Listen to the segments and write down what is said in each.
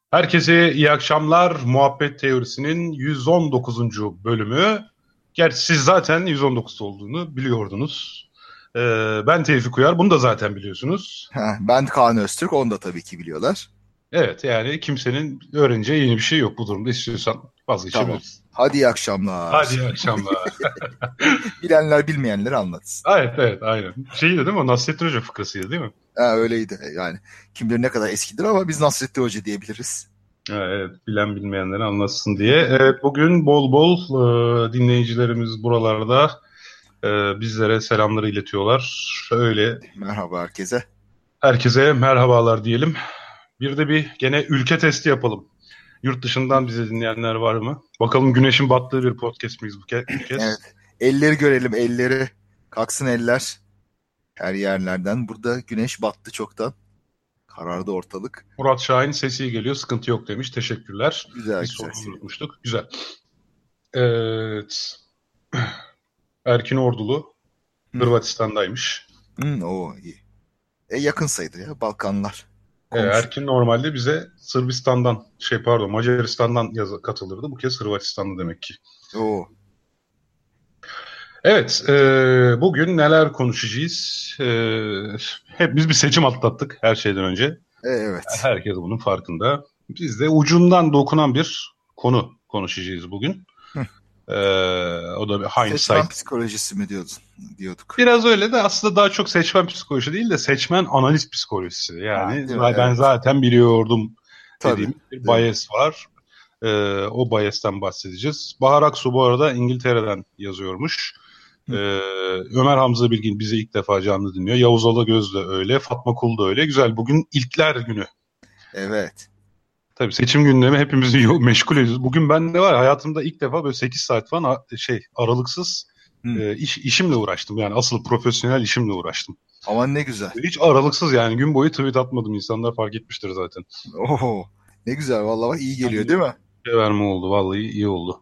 Herkese iyi akşamlar. Muhabbet Teorisi'nin 119. bölümü. Gerçi siz zaten 119 olduğunu biliyordunuz. Ben Tevfik Uyar. Bunu da zaten biliyorsunuz. Ben Kaan Öztürk, onu da tabii ki biliyorlar. Evet, yani kimsenin öğreneceği yeni bir şey yok bu durumda. İstiyorsan Tamam. vazgeçebiliriz. Hadi iyi Hadi akşamlar. iyi akşamlar. Bilenler bilmeyenleri anlatsın. Evet, evet, aynen. Şeydi değil mi? O Nasrettin Hoca fıkrasıydı değil mi? Öyleydi yani. Kim bilir ne kadar eskidir ama biz Nasrettin Hoca diyebiliriz. Ha, evet, bilen bilmeyenleri anlatsın diye. Evet, bugün bol bol dinleyicilerimiz buralarda bizlere selamları iletiyorlar. Öyle Merhaba herkese. herkese merhabalar diyelim. Bir de gene ülke testi yapalım. Yurt dışından bizi dinleyenler var mı? Bakalım güneşin battığı bir podcast miyiz bu kez? Evet. Elleri görelim, elleri. Kalksın eller. Her yerlerden. Burada güneş battı çoktan. Karardı ortalık. Murat Şahin sesi geliyor, sıkıntı yok demiş. Teşekkürler. Bir Güzel güzel soru seviyorum. unutmuştuk. Güzel. Evet. Erkin Ordulu Hırvatistan'daymış. O iyi. Yakın sayıdır ya. Balkanlar. Komşu. Erkin normalde bize Sırbistan'dan, pardon, Macaristan'dan katılırdı. Bu kez Hırvatistan'da demek ki. Oo. Evet, bugün neler konuşacağız? Hepimiz bir seçim atlattık her şeyden önce. Evet. Herkes bunun farkında. Biz de ucundan dokunan bir konu konuşacağız bugün. Ee, O da bir Seçmen hindsight. psikolojisi mi diyorduk. Biraz öyle de aslında daha çok seçmen psikolojisi değil de seçmen analiz psikolojisi. Yani Değil mi? ben Evet. zaten biliyordum Tabii. dediğim bir Değil mi? bias var. O bias'ten bahsedeceğiz. Bahar Aksu bu arada İngiltere'den yazıyormuş. Ee, Hı. Ömer Hamza Bilgin bizi ilk defa canlı dinliyor. Yavuz Alagöz de öyle. Fatma Kul da öyle. Güzel. Bugün ilkler günü. Evet. Tabii seçim gündemi hepimizi meşgul ediyoruz. Bugün ben de var ya, hayatımda ilk defa böyle 8 saat falan aralıksız Hı. işimle uğraştım. Yani asıl profesyonel işimle uğraştım. Aman ne güzel. Hiç aralıksız yani gün boyu tweet atmadım. İnsanlar fark etmiştir zaten. Oho. Ne güzel. Vallahi bak iyi geliyor Yani değil mi? bir verme oldu. Vallahi iyi oldu.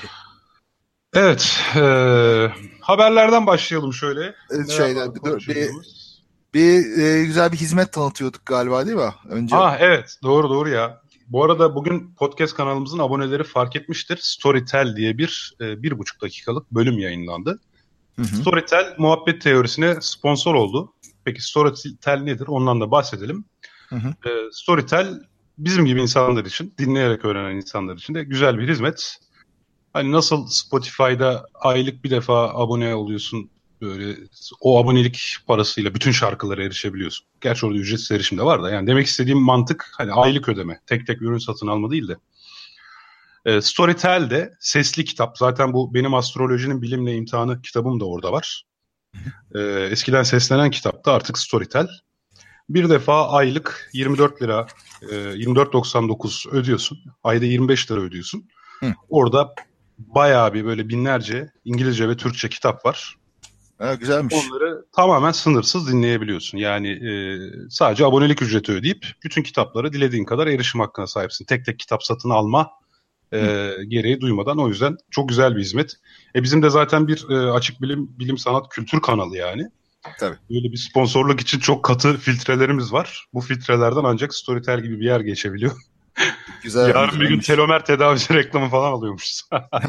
Evet. Haberlerden başlayalım şöyle. Neler var Şeyde konuşacağımız? güzel bir hizmet tanıtıyorduk galiba değil mi? Önce. Ah, evet, doğru doğru ya. Bu arada bugün podcast kanalımızın aboneleri fark etmiştir. Storytel diye bir 1,5 dakikalık bölüm yayınlandı. Hı hı. Storytel muhabbet teorisine sponsor oldu. Peki Storytel nedir? Ondan da bahsedelim. Hı hı. Storytel bizim gibi insanlar için, dinleyerek öğrenen insanlar için de güzel bir hizmet. Hani nasıl Spotify'da aylık bir defa abone oluyorsun, böyle o abonelik parasıyla bütün şarkılara erişebiliyorsun. Gerçi orada ücretsiz erişim de var da, yani demek istediğim mantık hani aylık ödeme, tek tek ürün satın alma değil de. Storytel'de sesli kitap, zaten bu benim astrolojinin bilimle imtihanı kitabım da orada var. Eskiden seslenen kitapta, artık Storytel. Bir defa aylık 24 lira, 24,99 ödüyorsun. Ayda 25 lira ödüyorsun. Hı. Orada bayağı bir böyle binlerce İngilizce ve Türkçe kitap var. Güzelmiş. Onları tamamen sınırsız dinleyebiliyorsun. Yani sadece abonelik ücreti ödeyip bütün kitaplara dilediğin kadar erişim hakkına sahipsin. Tek tek kitap satın alma Hı. gereği duymadan. O yüzden çok güzel bir hizmet. Bizim de zaten bir açık bilim, sanat, kültür kanalı yani. Tabii. Böyle bir sponsorluk için çok katı filtrelerimiz var. Bu filtrelerden ancak Storytel gibi bir yer geçebiliyor. Yarın bir gün Güzelmiş. telomer tedavisi reklamı falan alıyormuşuz.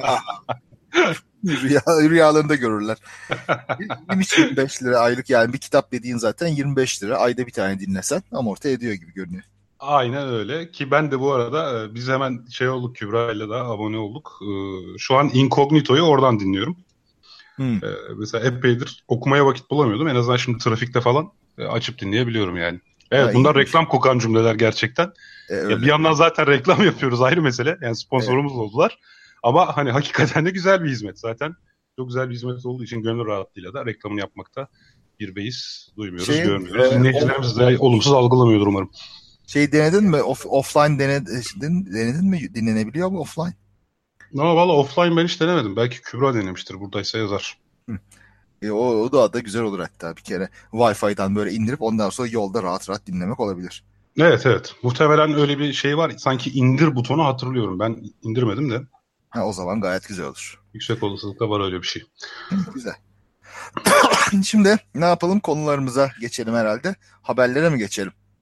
Rüyalarında görürler. Neymiş 25 lira aylık, yani bir kitap dediğin zaten 25 lira. Ayda bir tane dinlesen amorti ediyor gibi görünüyor. Aynen öyle ki ben de bu arada biz hemen şey olduk, Kübra ile de abone olduk. Şu an Incognito'yu oradan dinliyorum. Hı. E, Mesela epeydir okumaya vakit bulamıyordum. En azından şimdi trafikte falan açıp dinleyebiliyorum yani. Evet, bunlar İyiymiş. reklam kokan cümleler gerçekten. Ya bir Öyle. yandan zaten reklam yapıyoruz, ayrı mesele. Yani Evet. sponsorumuz oldular. Ama hani hakikaten de güzel bir hizmet zaten. Çok güzel bir hizmet olduğu için gönül rahatlığıyla da reklamını yapmakta bir beis duymuyoruz, Şeyin görmüyoruz. Dinleyicilerimiz de olumsuz algılamıyordur umarım. denedin mi? Offline denedin mi? Dinlenebiliyor mu offline? No, valla offline ben hiç denemedim. Belki Kübra denemiştir. Buradaysa yazar. Hı. O da güzel olur hatta, bir kere. Wi-Fi'den böyle indirip ondan sonra yolda rahat rahat dinlemek olabilir. Evet, evet. Muhtemelen öyle bir şey var. Sanki indir butonu hatırlıyorum. Ben indirmedim de. O zaman gayet güzel olur. Yüksek olasılıkla var öyle bir şey. Güzel. Şimdi ne yapalım? Konularımıza geçelim herhalde. Haberlere mi geçelim?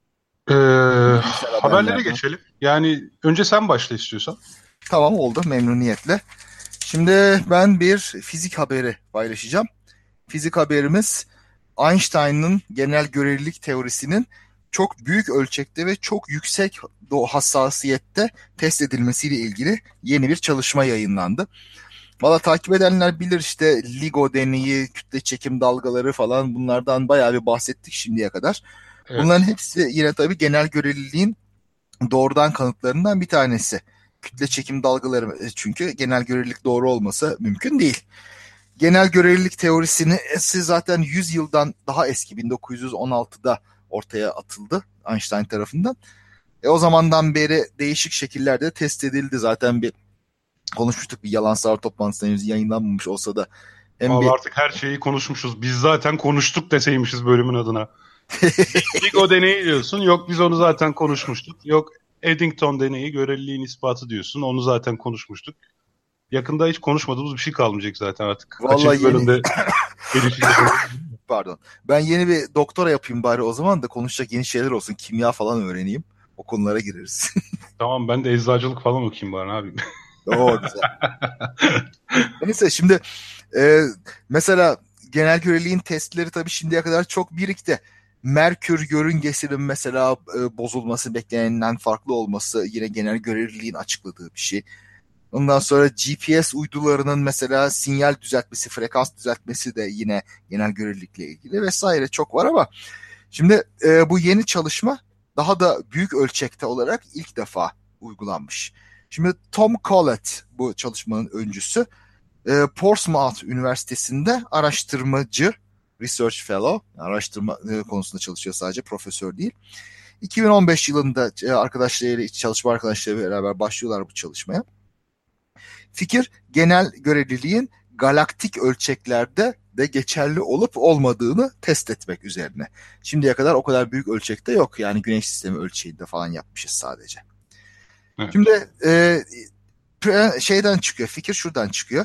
Ee, Güncel haberlere haberlerden. geçelim. Yani önce sen başla istiyorsan. Tamam, oldu, memnuniyetle. Şimdi ben bir fizik haberi paylaşacağım. Fizik haberimiz Einstein'ın genel görelilik teorisinin çok büyük ölçekte ve çok yüksek hassasiyette test edilmesiyle ilgili yeni bir çalışma yayınlandı. Valla takip edenler bilir, işte LIGO deneyi, kütle çekim dalgaları falan, bunlardan bayağı bir bahsettik şimdiye kadar. Bunların Evet. hepsi yine tabii genel göreliliğin doğrudan kanıtlarından bir tanesi. Kütle çekim dalgaları, çünkü genel görelilik doğru olmasa mümkün değil. Genel görelilik teorisini zaten 100 yıldan daha eski, 1916'da ortaya atıldı Einstein tarafından. O zamandan beri değişik şekillerde test edildi. Zaten bir konuşmuştuk, bir yalan sağır toplantısında henüz yayınlanmamış olsa da, hem Vallahi bir artık her şeyi konuşmuşuz. Biz zaten konuştuk deseymişiz bölümün adına. Ligo deneyi diyorsun. Yok biz onu zaten konuşmuştuk. Yok Eddington deneyi göreliliğin ispatı diyorsun. Onu zaten konuşmuştuk. Yakında hiç konuşmadığımız bir şey kalmayacak zaten artık. vallahi Kaçıncı yeni bölümde erişeceğiz onu. pardon, ben yeni bir doktora yapayım bari, o zaman da konuşacak yeni şeyler olsun, kimya falan öğreneyim, o konulara gireriz. Tamam ben de eczacılık falan okuyayım bari abi. Oo, güzel. Neyse, şimdi e, mesela genel göreliğin testleri tabii şimdiye kadar çok birikti. Merkür yörüngesinin mesela bozulması, beklenenden farklı olması yine genel göreliliğin açıkladığı bir şey. Ondan sonra GPS uydularının mesela sinyal düzeltmesi, frekans düzeltmesi de yine genel görelilikle ilgili vesaire, çok var ama şimdi bu yeni çalışma daha da büyük ölçekte olarak ilk defa uygulanmış. Şimdi Tom Collett bu çalışmanın öncüsü. Portsmouth Üniversitesi'nde araştırmacı, research fellow, araştırma konusunda çalışıyor sadece, profesör değil. 2015 yılında arkadaşlarıyla, çalışma arkadaşlarıyla beraber başlıyorlar bu çalışmaya. Fikir, genel göreliliğin galaktik ölçeklerde de geçerli olup olmadığını test etmek üzerine. Şimdiye kadar o kadar büyük ölçekte yok. Yani güneş sistemi ölçeğinde falan yapmışız sadece. Evet. Şimdi şeyden çıkıyor, fikir şuradan çıkıyor.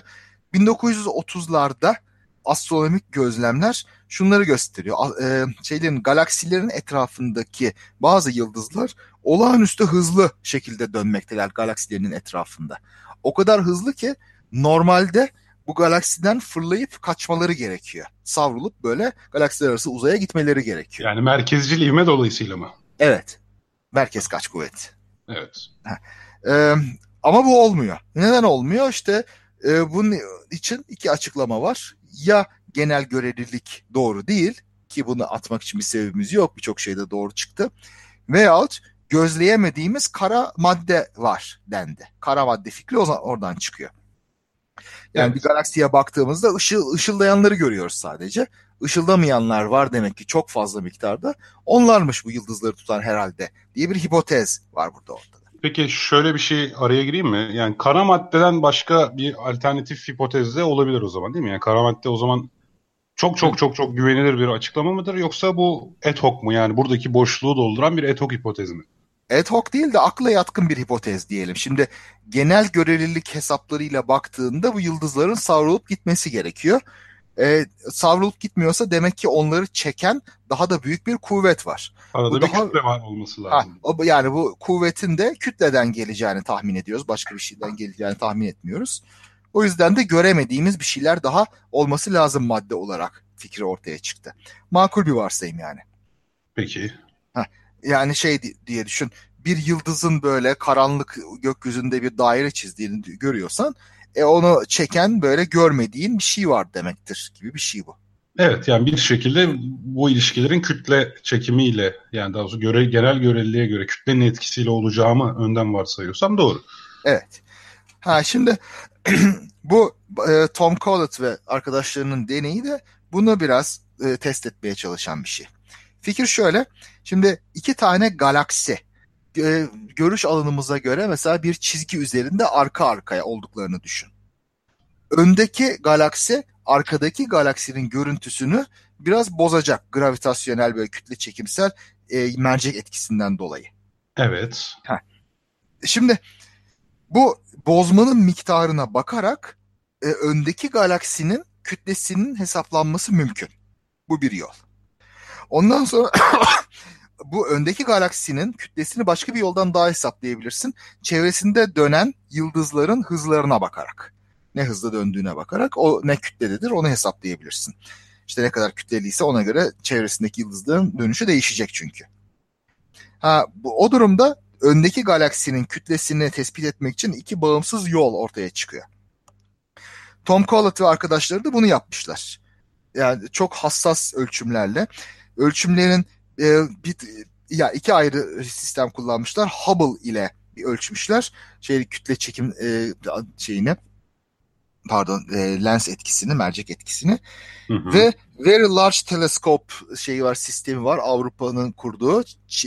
1930'larda astronomik gözlemler şunları gösteriyor. Galaksilerin etrafındaki bazı yıldızlar olağanüstü hızlı şekilde dönmekteler galaksilerinin etrafında. O kadar hızlı ki normalde bu galaksiden fırlayıp kaçmaları gerekiyor. Savrulup böyle galaksiler arası uzaya gitmeleri gerekiyor. Yani merkezcil ivme dolayısıyla mı? Evet, merkez kaç kuvveti. Evet. Ee, ama bu olmuyor. Neden olmuyor? İşte bunun için iki açıklama var. Ya genel görelilik doğru değil, ki bunu atmak için bir sebebimiz yok, birçok şeyde doğru çıktı. Veyahut gözleyemediğimiz kara madde var dendi. Kara madde fikri oradan çıkıyor. Yani bir Evet. galaksiye baktığımızda ışıldayanları görüyoruz sadece. Işıldamayanlar var demek ki, çok fazla miktarda. Onlarmış bu yıldızları tutan herhalde diye bir hipotez var burada ortada. Peki şöyle bir şey araya gireyim mi? Yani kara maddeden başka bir alternatif hipotez de olabilir o zaman değil mi? Yani kara madde o zaman çok çok çok çok güvenilir bir açıklama mıdır yoksa bu ad hoc mu? Yani buradaki boşluğu dolduran bir ad hoc hipotez mi? Ad hoc değil de akla yatkın bir hipotez diyelim. Şimdi genel görelilik hesaplarıyla baktığında bu yıldızların savrulup gitmesi gerekiyor. Savrulup gitmiyorsa demek ki onları çeken daha da büyük bir kuvvet var. Bu Arada bir daha kütle var olması lazım. yani bu kuvvetin de kütleden geleceğini tahmin ediyoruz. Başka bir şeyden geleceğini tahmin etmiyoruz. O yüzden de göremediğimiz bir şeyler daha olması lazım madde olarak fikri ortaya çıktı. Makul bir varsayım yani. Peki. Heh, yani diye düşün. Bir yıldızın böyle karanlık gökyüzünde bir daire çizdiğini görüyorsan onu çeken böyle görmediğin bir şey var demektir gibi bir şey bu. Evet yani bir şekilde bu ilişkilerin kütle çekimiyle yani daha doğrusu genel göreliliğe göre kütlenin etkisiyle olacağımı önden varsayıyorsam doğru. Evet. Şimdi bu Tom Collett ve arkadaşlarının deneyi de bunu biraz test etmeye çalışan bir şey. Fikir şöyle. Şimdi iki tane galaksi görüş alanımıza göre mesela bir çizgi üzerinde arka arkaya olduklarını düşün. Öndeki galaksi arkadaki galaksinin görüntüsünü biraz bozacak. Gravitasyonel, böyle kütle çekimsel mercek etkisinden dolayı. Evet. Heh. Şimdi bu bozmanın miktarına bakarak öndeki galaksinin kütlesinin hesaplanması mümkün. Bu bir yol. Ondan sonra bu öndeki galaksinin kütlesini başka bir yoldan daha hesaplayabilirsin. Çevresinde dönen yıldızların hızlarına bakarak. Ne hızla döndüğüne bakarak o ne kütlededir onu hesaplayabilirsin. İşte ne kadar kütleliyse ona göre çevresindeki yıldızların dönüşü değişecek çünkü. O durumda öndeki galaksinin kütlesini tespit etmek için iki bağımsız yol ortaya çıkıyor. Tom Collett ve arkadaşları da bunu yapmışlar. Yani çok hassas ölçümlerle. Ölçümlerin iki ayrı sistem kullanmışlar. Hubble ile ölçmüşler. Kütle çekim lens etkisini, mercek etkisini. Hı. Ve Very Large Telescope sistemi var. Avrupa'nın kurduğu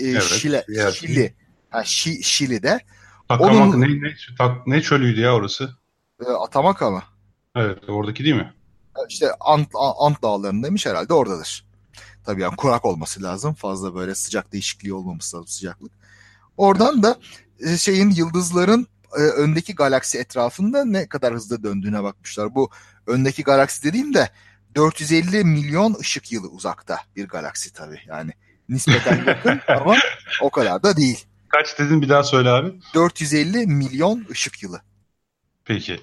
Şili'de. Takamak ne çölüydü ya orası? Atamaka mı? Evet, oradaki değil mi? İşte Ant Dağları'ndaymış, herhalde oradadır. Tabii yani kurak olması lazım. Fazla böyle sıcak değişikliği olmaması lazım, sıcaklık. Oradan da yıldızların öndeki galaksi etrafında ne kadar hızlı döndüğüne bakmışlar. Bu öndeki galaksi dediğimde 450 milyon ışık yılı uzakta bir galaksi tabii. Yani nispeten yakın ama o kadar da değil. Kaç dedin, bir daha söyle abi. 450 milyon ışık yılı. Peki.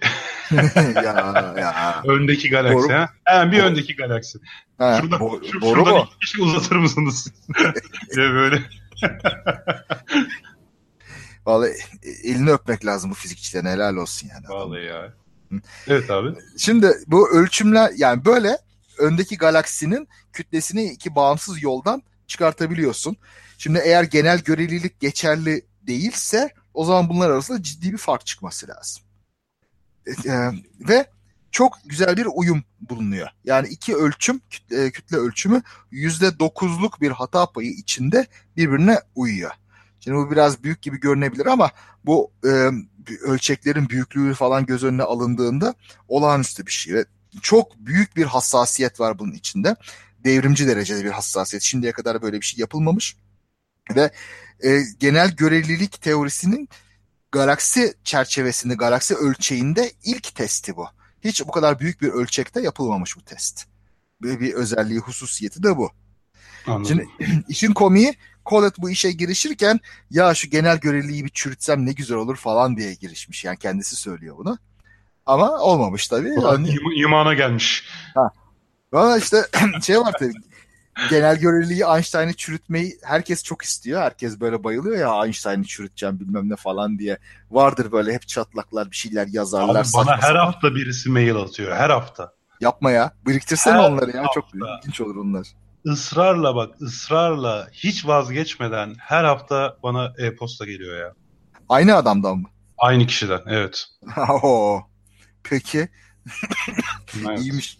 ya. Öndeki galaksi Boru, ha? Hemen bir öndeki galaksi. Şuradan iki kişi uzatır mısınız? diye böyle. Vallahi elini öpmek lazım bu fizikçilerin, helal olsun yani. Vallahi ya. Evet abi. Şimdi bu ölçümler yani böyle öndeki galaksinin kütlesini iki bağımsız yoldan çıkartabiliyorsun. Şimdi eğer genel görelilik geçerli değilse o zaman bunlar arasında ciddi bir fark çıkması lazım. Ve çok güzel bir uyum bulunuyor. Yani iki ölçüm, kütle ölçümü %9'luk bir hata payı içinde birbirine uyuyor. Şimdi bu biraz büyük gibi görünebilir ama bu ölçeklerin büyüklüğü falan göz önüne alındığında olağanüstü bir şey. Ve çok büyük bir hassasiyet var bunun içinde. Devrimci derecede bir hassasiyet. Şimdiye kadar böyle bir şey yapılmamış. Ve genel görelilik teorisinin galaksi çerçevesinde, galaksi ölçeğinde ilk testi bu. Hiç bu kadar büyük bir ölçekte yapılmamış bu test. Böyle bir özelliği, hususiyeti de bu. Anladım. Şimdi işin komiği, Collett bu işe girişirken ya şu genel göreliliği bir çürütsem ne güzel olur falan diye girişmiş. Yani kendisi söylüyor bunu. Ama olmamış tabii. Yani, imana gelmiş. ama işte var tabii. Genel göreliliği, Einstein'ı çürütmeyi herkes çok istiyor. Herkes böyle bayılıyor ya, Einstein'ı çürüteceğim bilmem ne falan diye. Vardır böyle hep çatlaklar, bir şeyler yazarlar. Abi bana her hafta birisi mail atıyor. Her hafta. Yapma ya. Biriktirsene onları ya. Çok ilginç olur onlar. Israrla hiç vazgeçmeden her hafta bana e-posta geliyor ya. Aynı adamdan mı? Aynı kişiden, evet. Peki. Evet. İyiymiş.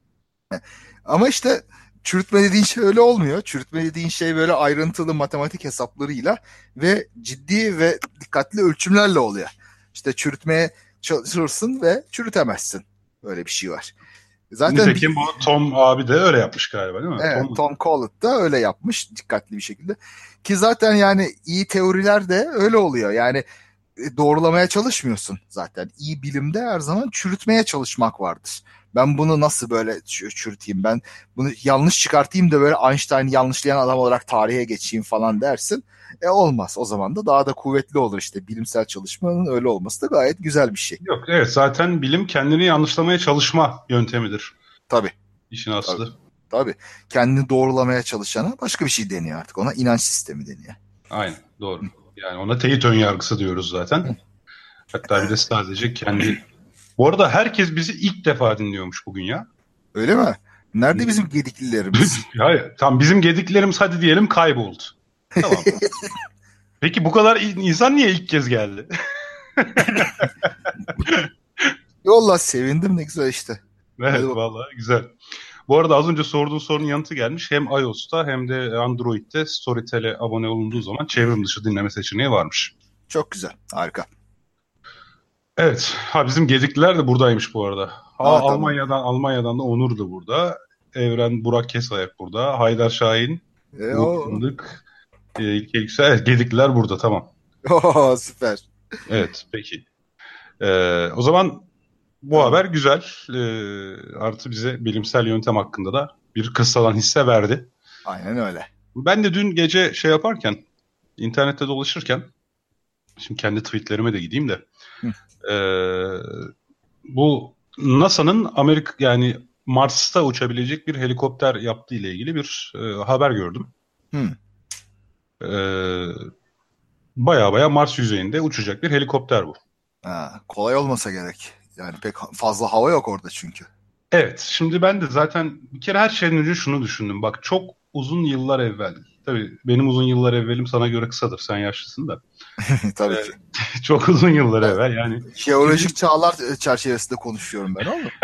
Ama işte çürütme dediğin şey öyle olmuyor. Çürütme dediğin şey böyle ayrıntılı matematik hesaplarıyla ve ciddi ve dikkatli ölçümlerle oluyor. İşte çürütmeye çalışırsın ve çürütemezsin. Böyle bir şey var. Zaten nitekim bu Tom abi de öyle yapmış galiba, değil mi? Evet, Tom Collett da öyle yapmış dikkatli bir şekilde. Ki zaten yani iyi teoriler de öyle oluyor. Yani doğrulamaya çalışmıyorsun zaten. İyi bilimde her zaman çürütmeye çalışmak vardır. Ben bunu nasıl böyle çürüteyim, ben bunu yanlış çıkartayım da böyle Einstein'ı yanlışlayan adam olarak tarihe geçeyim falan dersin. Olmaz. O zaman da daha da kuvvetli olur işte. Bilimsel çalışmanın öyle olması da gayet güzel bir şey. Yok, evet, zaten bilim kendini yanlışlamaya çalışma yöntemidir. Tabii. İşin aslı. Tabii. Kendini doğrulamaya çalışana başka bir şey deniyor artık. Ona inanç sistemi deniyor. Aynen, doğru. Yani ona teyit önyargısı diyoruz zaten. Hatta bir de sadece kendi... Bu arada herkes bizi ilk defa dinliyormuş bugün ya. Öyle mi? Nerede bizim gediklilerimiz? Hayır, tam bizim gediklerimiz hadi diyelim kayboldu. Tamam. Peki bu kadar insan niye ilk kez geldi? Yolla, sevindim, ne güzel işte. Evet, vallahi güzel. Bu arada az önce sorduğun sorunun yanıtı gelmiş. Hem iOS'ta hem de Android'de Storytel'e abone olunduğu zaman çevrim dışı dinleme seçeneği varmış. Çok güzel, harika. Evet, bizim gedikliler de buradaymış bu arada. Almanya'dan da Onur da burada. Evren Burak Kesayak burada. Haydar Şahin, Umut Fındık, İlke Yüksel. Evet, gedikliler burada, tamam. Süper. Evet, peki. O zaman bu haber güzel. Artı bize bilimsel yöntem hakkında da bir kıssadan hisse verdi. Aynen öyle. Ben de dün gece şey yaparken, internette dolaşırken, şimdi kendi tweetlerime de gideyim de, bu NASA'nın yani Mars'ta uçabilecek bir helikopter yaptığı ile ilgili bir haber gördüm. Baya baya Mars yüzeyinde uçacak bir helikopter bu. Kolay olmasa gerek. Yani pek fazla hava yok orada çünkü. Evet, şimdi ben de zaten bir kere her şeyden önce şunu düşündüm. Bak, çok uzun yıllar evvel, tabii benim uzun yıllar evvelim sana göre kısadır, sen yaşlısın da. Tabii ki. Çok uzun yıllar evvel yani. Jeolojik çağlar çerçevesinde konuşuyorum ben oğlum.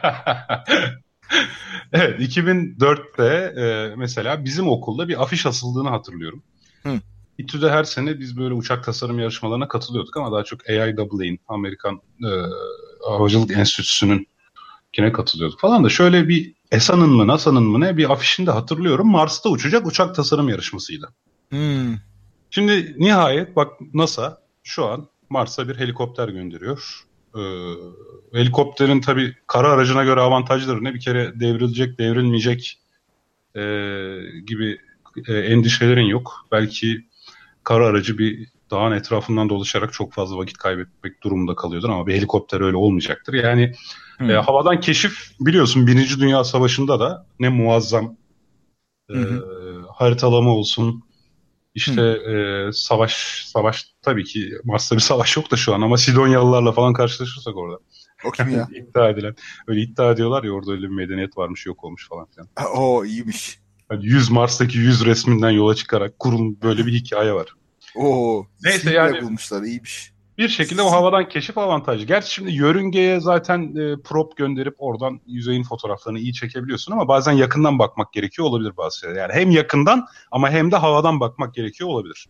Evet, 2004'te mesela bizim okulda bir afiş asıldığını hatırlıyorum. İTÜ'de her sene biz böyle uçak tasarım yarışmalarına katılıyorduk ama daha çok AIAA'nin, Amerikan Havacılık Enstitüsü'nün kine katılıyorduk falan da şöyle bir ESA'nın mı NASA'nın mı ne bir afişinde hatırlıyorum, Mars'ta uçacak uçak tasarım yarışmasıydı. Şimdi nihayet bak, NASA şu an Mars'a bir helikopter gönderiyor. Helikopterin tabii kara aracına göre avantajları ne? Bir kere devrilecek, devrilmeyecek gibi endişelerin yok. Belki kara aracı bir dağın etrafından dolaşarak çok fazla vakit kaybetmek durumunda kalıyordur ama bir helikopter öyle olmayacaktır. Yani havadan keşif, biliyorsun, Birinci Dünya Savaşı'nda da ne muazzam haritalama olsun. İşte savaş tabii ki Mars'ta bir savaş yok da şu an ama Sidonyalılarla falan karşılaşırsak orada. O kim ya? Öyle iddia ediyorlar ya, orada öyle bir medeniyet varmış, yok olmuş falan filan. O iyiymiş. Yani Mars'taki 100 resminden yola çıkarak kurulmuş böyle bir hikaye var. Neyse yani bulmuşlar, iyiymiş. Bir şekilde o havadan keşif avantajı. Gerçi şimdi yörüngeye zaten prop gönderip oradan yüzeyin fotoğraflarını iyi çekebiliyorsun ama bazen yakından bakmak gerekiyor olabilir bazı şeyler. Yani hem yakından ama hem de havadan bakmak gerekiyor olabilir.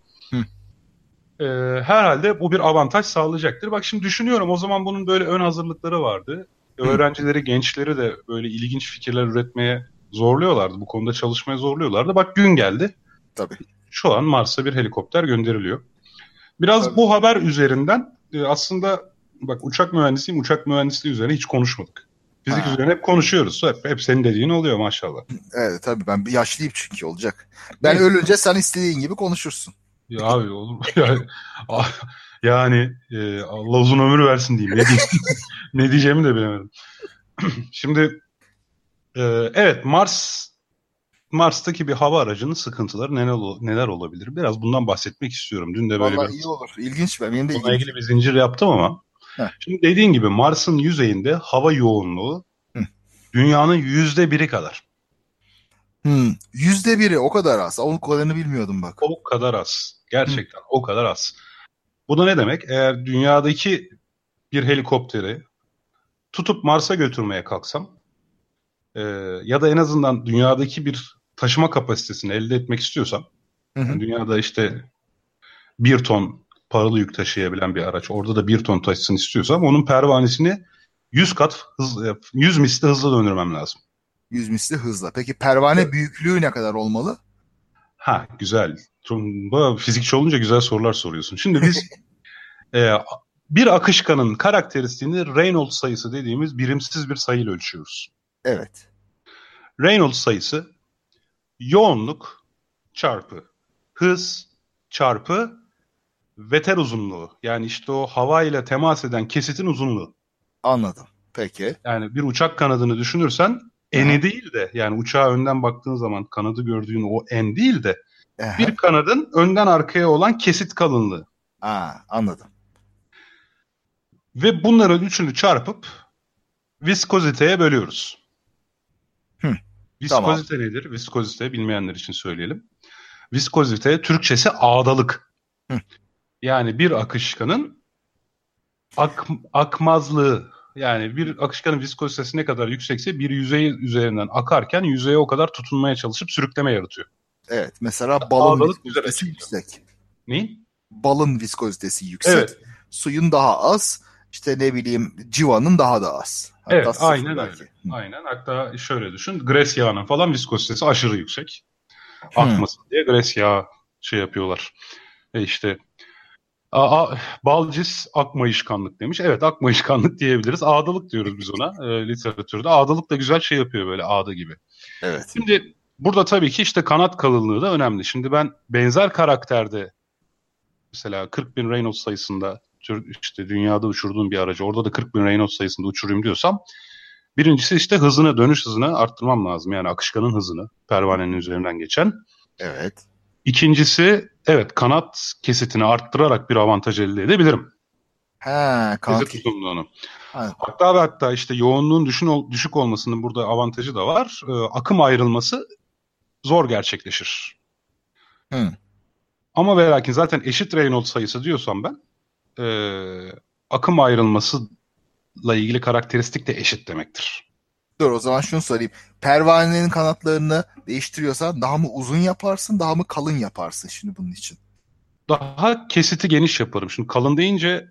Herhalde bu bir avantaj sağlayacaktır. Bak şimdi düşünüyorum, o zaman bunun böyle ön hazırlıkları vardı. Öğrencileri, gençleri de böyle ilginç fikirler üretmeye zorluyorlardı. Bu konuda çalışmaya zorluyorlardı. Bak gün geldi. Tabii. Şu an Mars'a bir helikopter gönderiliyor. Biraz bu haber üzerinden aslında bak, uçak mühendisiyim, uçak mühendisliği üzerine hiç konuşmadık. Fizik üzerine hep konuşuyoruz. Hep senin dediğin oluyor maşallah. Evet tabii, ben bir yaşlıyım çünkü olacak. Ben ölünce sen istediğin gibi konuşursun. Ya abi olur mu? Yani Allah uzun ömür versin diyeyim. Ne diyeceğimi de bilemedim. Şimdi evet, Mars'taki bir hava aracının sıkıntıları neler olabilir? Biraz bundan bahsetmek istiyorum. Dün de böyle vallahi iyi olur. İlginç. Benim de bununla ilgili bir zincir yaptım ama. Şimdi dediğin gibi Mars'ın yüzeyinde hava yoğunluğu Dünyanın %1'i kadar. %1'i o kadar az. Onun kadarını bilmiyordum bak. O kadar az. Gerçekten o kadar az. Bu da ne demek? Eğer dünyadaki bir helikopteri tutup Mars'a götürmeye kalksam ya da en azından dünyadaki bir taşıma kapasitesini elde etmek istiyorsam, yani dünyada işte 1 ton paralı yük taşıyabilen bir araç orada da 1 ton taşısın istiyorsam onun pervanesini 100 misli hızla döndürmem lazım. 100 misli hızla. Peki pervane büyüklüğü ne kadar olmalı? Güzel. Fizikçi olunca güzel sorular soruyorsun. Şimdi biz bir akışkanın karakteristiğini Reynolds sayısı dediğimiz birimsiz bir sayıyla ölçüyoruz. Evet. Reynolds sayısı yoğunluk çarpı hız çarpı veter uzunluğu. Yani işte o havayla temas eden kesitin uzunluğu. Anladım. Peki. Yani bir uçak kanadını düşünürsen eni değil de, yani uçağa önden baktığın zaman kanadı gördüğün o en değil de bir kanadın önden arkaya olan kesit kalınlığı. Anladım. Ve bunların üçünü çarpıp viskoziteye bölüyoruz. Viskozite nedir? Viskozite bilmeyenler için söyleyelim. Viskozite Türkçesi ağdalık. Yani bir akışkanın akmazlığı. Yani bir akışkanın viskozitesi ne kadar yüksekse bir yüzey üzerinden akarken yüzeye o kadar tutunmaya çalışıp sürükleme yaratıyor. Evet. Mesela balın viskozitesi yüksek. Neyin? Balın viskozitesi yüksek. Evet. Suyun daha az. İşte ne bileyim, civanın daha da az. Hatta evet, aynen öyle. Aynen. Hatta şöyle düşün. Gres yağının falan viskozitesi aşırı yüksek. Akmasın diye gres yağı yapıyorlar. İşte Balcis akmayışkanlık demiş. Evet, akmayışkanlık diyebiliriz. Ağdalık diyoruz biz ona literatürde. Ağdalık da güzel yapıyor böyle, ağda gibi. Evet. Şimdi Burada tabii ki işte kanat kalınlığı da önemli. Şimdi ben benzer karakterde mesela 40.000 Reynolds sayısında işte dünyada uçurduğum bir aracı orada da 40.000 Reynolds sayısında uçurayım diyorsam birincisi işte hızını, dönüş hızını arttırmam lazım. Yani akışkanın hızını, pervanenin üzerinden geçen. Evet. İkincisi evet kanat kesitini arttırarak bir avantaj elde edebilirim. Kanat Kesit uzunluğunu. Ha. Hatta ve hatta işte yoğunluğun düşük olmasının burada avantajı da var. Akım ayrılması zor gerçekleşir. Hı. Ama ve lakin zaten eşit Reynolds sayısı diyorsam ben akım ayrılmasıyla ilgili karakteristik de eşit demektir. Dur, o zaman şunu sorayım. Pervanenin kanatlarını değiştiriyorsan daha mı uzun yaparsın, daha mı kalın yaparsın şimdi bunun için? Daha kesiti geniş yaparım. Şimdi kalın deyince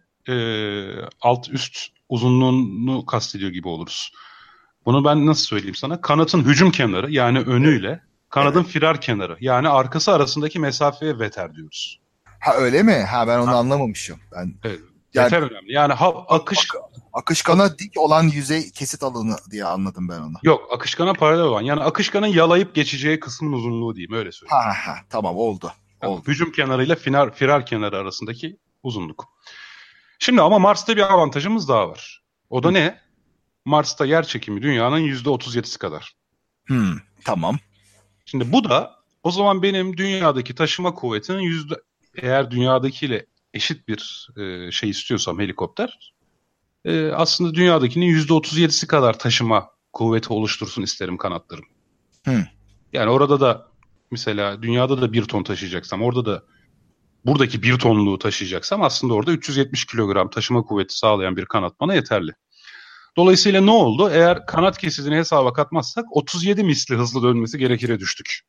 alt üst uzunluğunu kastediyor gibi oluruz. Bunu ben nasıl söyleyeyim sana? Kanatın hücum kenarı yani önüyle kanadın Evet. firar kenarı yani arkası arasındaki mesafeye veter diyoruz. Ha, öyle mi? Ben onu anlamamışım. Evet. Yani Veter önemli. Yani akışkana dik olan yüzey kesit alanı diye anladım ben onu. yok akışkana paralel olan yani akışkanın yalayıp geçeceği kısmın uzunluğu diyeyim öyle söyleyeyim. Tamam, oldu. Tamam. Oldu. Hücum kenarıyla firar kenarı arasındaki uzunluk. Şimdi ama Mars'ta bir avantajımız daha var. O da ne? Mars'ta yer çekimi dünyanın %37'si kadar. Tamam. Şimdi bu da o zaman benim dünyadaki taşıma kuvvetinin eğer dünyadakiyle eşit bir şey istiyorsam helikopter aslında dünyadakinin %37'si kadar taşıma kuvveti oluştursun isterim kanatlarım. Yani orada da mesela dünyada da 1 ton taşıyacaksam orada da buradaki 1 tonluğu taşıyacaksam aslında orada 370 kilogram taşıma kuvveti sağlayan bir kanat bana yeterli. Dolayısıyla ne oldu? Eğer kanat kesitini hesaba katmazsak 37 misli hızlı dönmesi gerekire düştük.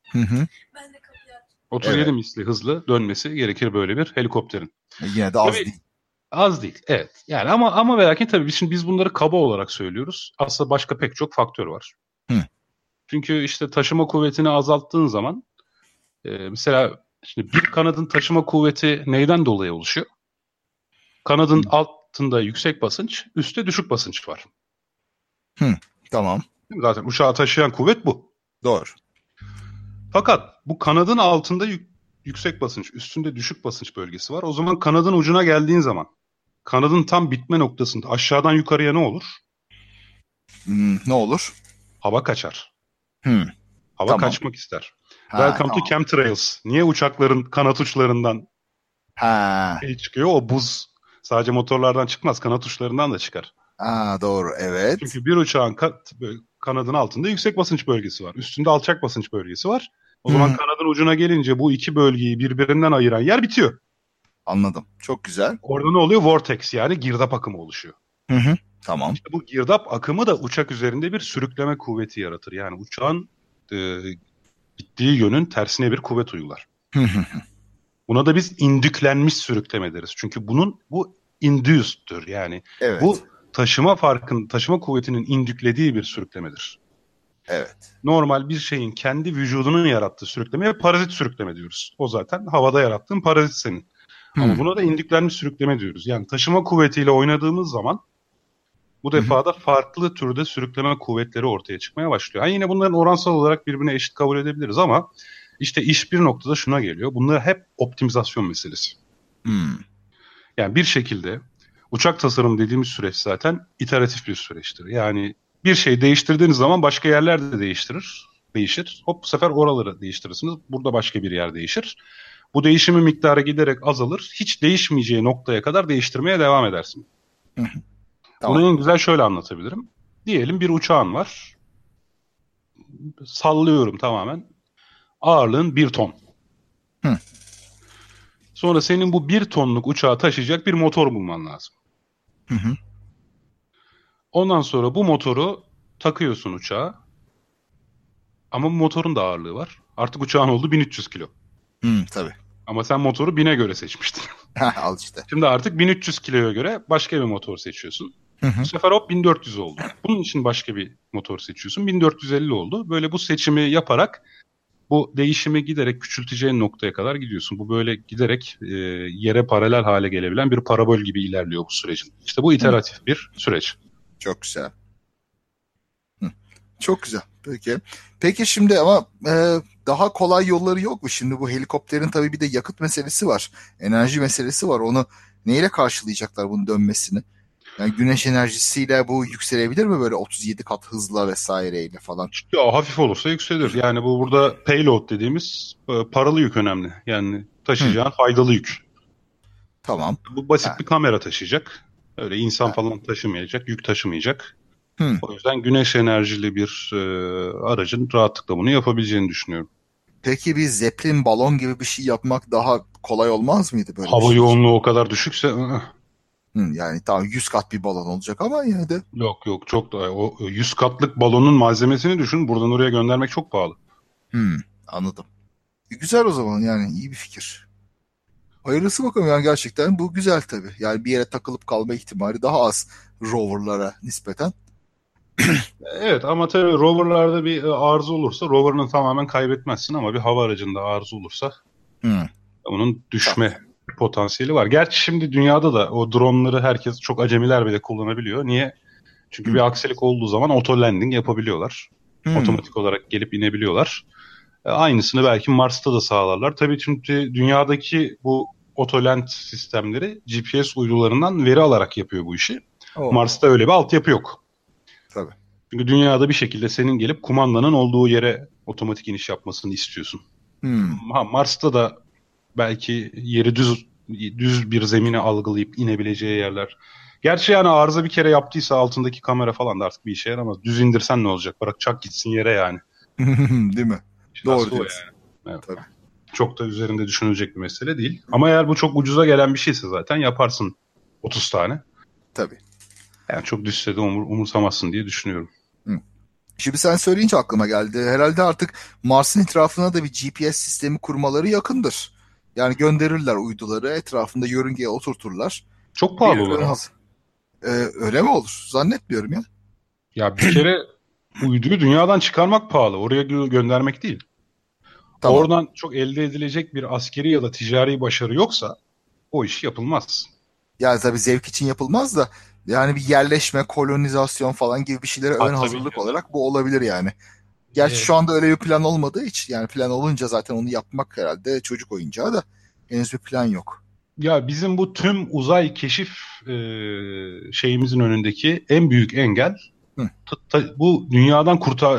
37 Evet. misli hızlı dönmesi gerekir böyle bir helikopterin. Yine de az Tabii, değil. az değil. Evet. Yani ama ve lakin tabii biz bunları kaba olarak söylüyoruz. Aslında başka pek çok faktör var. Çünkü işte taşıma kuvvetini azalttığın zaman mesela şimdi bir kanadın taşıma kuvveti neyden dolayı oluşuyor? Kanadın altında yüksek basınç, üstte düşük basınç var. Tamam. Zaten uçağı taşıyan kuvvet bu. Doğru. Fakat bu kanadın altında yüksek basınç, üstünde düşük basınç bölgesi var. O zaman kanadın ucuna geldiğin zaman kanadın tam bitme noktasında aşağıdan yukarıya ne olur? Ne olur? Hava kaçar. Hava Tamam. kaçmak ister. Welcome to Tamam. chemtrails. Niye uçakların kanat uçlarından çıkıyor? O buz sadece motorlardan çıkmaz, kanat uçlarından da çıkar. Doğru, evet. Çünkü bir uçağın kanadın altında yüksek basınç bölgesi var. Üstünde alçak basınç bölgesi var. O zaman kanadın ucuna gelince bu iki bölgeyi birbirinden ayıran yer bitiyor. Anladım. Çok güzel. Orada ne oluyor? Vortex yani girdap akımı oluşuyor. Tamam. İşte bu girdap akımı da uçak üzerinde bir sürükleme kuvveti yaratır. Yani uçağın gittiği yönün tersine bir kuvvet uygular. Buna da biz indüklenmiş sürükleme deriz. Çünkü bu induced'tür yani. Evet. Bu taşıma kuvvetinin indüklediği bir sürüklemedir. Evet. Normal bir şeyin kendi vücudunun yarattığı sürüklemeye parazit sürükleme diyoruz. O zaten havada yarattığın parazit senin. Ama buna da indüklenmiş sürükleme diyoruz. Yani taşıma kuvvetiyle oynadığımız zaman bu defa da farklı türde sürükleme kuvvetleri ortaya çıkmaya başlıyor. Yani yine bunların oransal olarak birbirine eşit kabul edebiliriz ama işte iş bir noktada şuna geliyor. Bunlar hep optimizasyon meselesi. Yani bir şekilde uçak tasarım dediğimiz süreç zaten iteratif bir süreçtir. Yani bir şey değiştirdiğiniz zaman başka yerler de değişir. Hop bu sefer oraları değiştirirsiniz. Burada başka bir yer değişir. Bu değişimin miktarı giderek azalır. Hiç değişmeyeceği noktaya kadar değiştirmeye devam edersin. Tamam. Bunu en güzel şöyle anlatabilirim. Diyelim bir uçağın var. Sallıyorum tamamen. Ağırlığın 1 ton. Sonra senin bu 1 tonluk uçağı taşıyacak bir motor bulman lazım. Ondan sonra bu motoru takıyorsun uçağa. Ama bu motorun da ağırlığı var. Artık uçağın oldu 1300 kilo. Tabii. Ama sen motoru 1000'e göre seçmiştin. Al işte. Şimdi artık 1300 kiloya göre başka bir motor seçiyorsun. Bu sefer hop 1400 oldu. Bunun için başka bir motor seçiyorsun. 1450 oldu. Böyle bu seçimi yaparak bu değişimi giderek küçülteceğin noktaya kadar gidiyorsun. Bu böyle giderek yere paralel hale gelebilen bir parabol gibi ilerliyor bu sürecin. İşte bu iteratif bir süreç. Çok güzel. Çok güzel. Peki. Peki şimdi ama daha kolay yolları yok mu? Şimdi bu helikopterin tabii bir de yakıt meselesi var. Enerji meselesi var. Onu neyle karşılayacaklar bunun dönmesini? Yani güneş enerjisiyle bu yükselebilir mi böyle 37 kat hızla vesaireyle falan? Ya hafif olursa yükselir. Yani bu burada payload dediğimiz paralı yük önemli. Yani Hı, taşıyacağın faydalı yük. tamam. Bu basit Ha, bir kamera taşıyacak. Öyle insan ha, falan taşımayacak, yük taşımayacak. hı. O yüzden güneş enerjili bir aracın rahatlıkla bunu yapabileceğini düşünüyorum. Peki bir Zeppelin balon gibi bir şey yapmak daha kolay olmaz mıydı böyle bir Hava şey için? yoğunluğu o kadar düşükse Hı, yani tamam 100 kat bir balon olacak ama yine de. yok yok çok da o 100 katlık balonun malzemesini düşün. Buradan oraya göndermek çok pahalı. Hı, anladım. Güzel o zaman yani iyi bir fikir. Hayırlısı bakalım yani gerçekten bu güzel tabii. Yani bir yere takılıp kalma ihtimali daha az roverlara nispeten. Evet ama tabii roverlarda bir arıza olursa roverını tamamen kaybetmezsin ama bir hava aracında arıza olursa Hı, onun tamam. düşme potansiyeli var. Gerçi şimdi dünyada da o dronları herkes çok acemiler bile kullanabiliyor. Niye? Çünkü Hı, bir aksilik olduğu zaman auto landing yapabiliyorlar. hı, Otomatik olarak gelip inebiliyorlar. Aynısını belki Mars'ta da sağlarlar. Tabii çünkü dünyadaki bu otoland sistemleri GPS uydularından veri alarak yapıyor bu işi. o Mars'ta öyle bir altyapı yok. tabii. Çünkü dünyada bir şekilde senin gelip kumandanın olduğu yere otomatik iniş yapmasını istiyorsun. Hı, Mars'ta da belki yeri düz bir zemine algılayıp inebileceği yerler. Gerçi yani arıza bir kere yaptıysa altındaki kamera falan da artık bir işe yaramaz. Düz indirsen ne olacak? Bırak çak gitsin yere yani. değil mi? İşin Doğru aslı o diyorsun. yani. Evet. Tabii. Çok da üzerinde düşünülecek bir mesele değil. Ama eğer bu çok ucuza gelen bir şeyse zaten yaparsın 30 tane. Tabii. Yani çok düşse de umursamazsın diye düşünüyorum. Hı. Şimdi sen söyleyince aklıma geldi. Herhalde artık Mars'ın etrafına da bir GPS sistemi kurmaları yakındır. Yani gönderirler uyduları etrafında yörüngeye oturturlar. Çok Bir pahalı olur ön ama. haz. Öyle mi olur? Zannetmiyorum ya. Ya bir kere uyduyu dünyadan çıkarmak pahalı. Oraya göndermek değil. Tamam. Oradan çok elde edilecek bir askeri ya da ticari başarı yoksa o iş yapılmaz. Yani tabii zevk için yapılmaz da yani bir yerleşme, kolonizasyon falan gibi bir şeylere Ha ön tabii hazırlık canım. olarak bu olabilir yani. Gerçi Ee, şu anda öyle bir plan olmadığı için yani plan olunca zaten onu yapmak herhalde çocuk oyuncağı da henüz bir plan yok. Ya bizim bu tüm uzay keşif şeyimizin önündeki en büyük engel Hı, bu dünyadan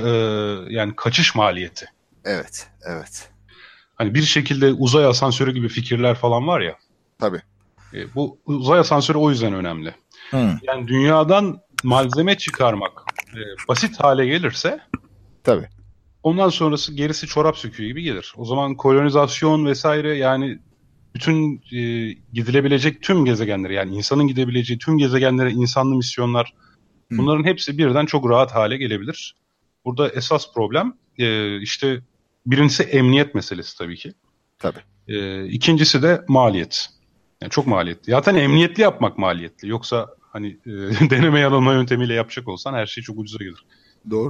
yani kaçış maliyeti. evet, evet. Hani bir şekilde uzay asansörü gibi fikirler falan var ya. Tabii. Bu uzay asansörü o yüzden önemli. Hı, Yani dünyadan malzeme çıkarmak basit hale gelirse tabii. ondan sonrası gerisi çorap söküğü gibi gelir. O zaman kolonizasyon vesaire yani bütün gidilebilecek tüm gezegenlere yani insanın gidebileceği tüm gezegenlere insanlı misyonlar Hı, bunların hepsi birden çok rahat hale gelebilir. Burada esas problem işte birincisi emniyet meselesi tabii ki. tabii. İkincisi de maliyet. Yani çok maliyetli. Zaten emniyetli yapmak maliyetli. Yoksa hani deneme yanılma yöntemiyle yapacak olsan her şey çok ucuza gelir. Doğru.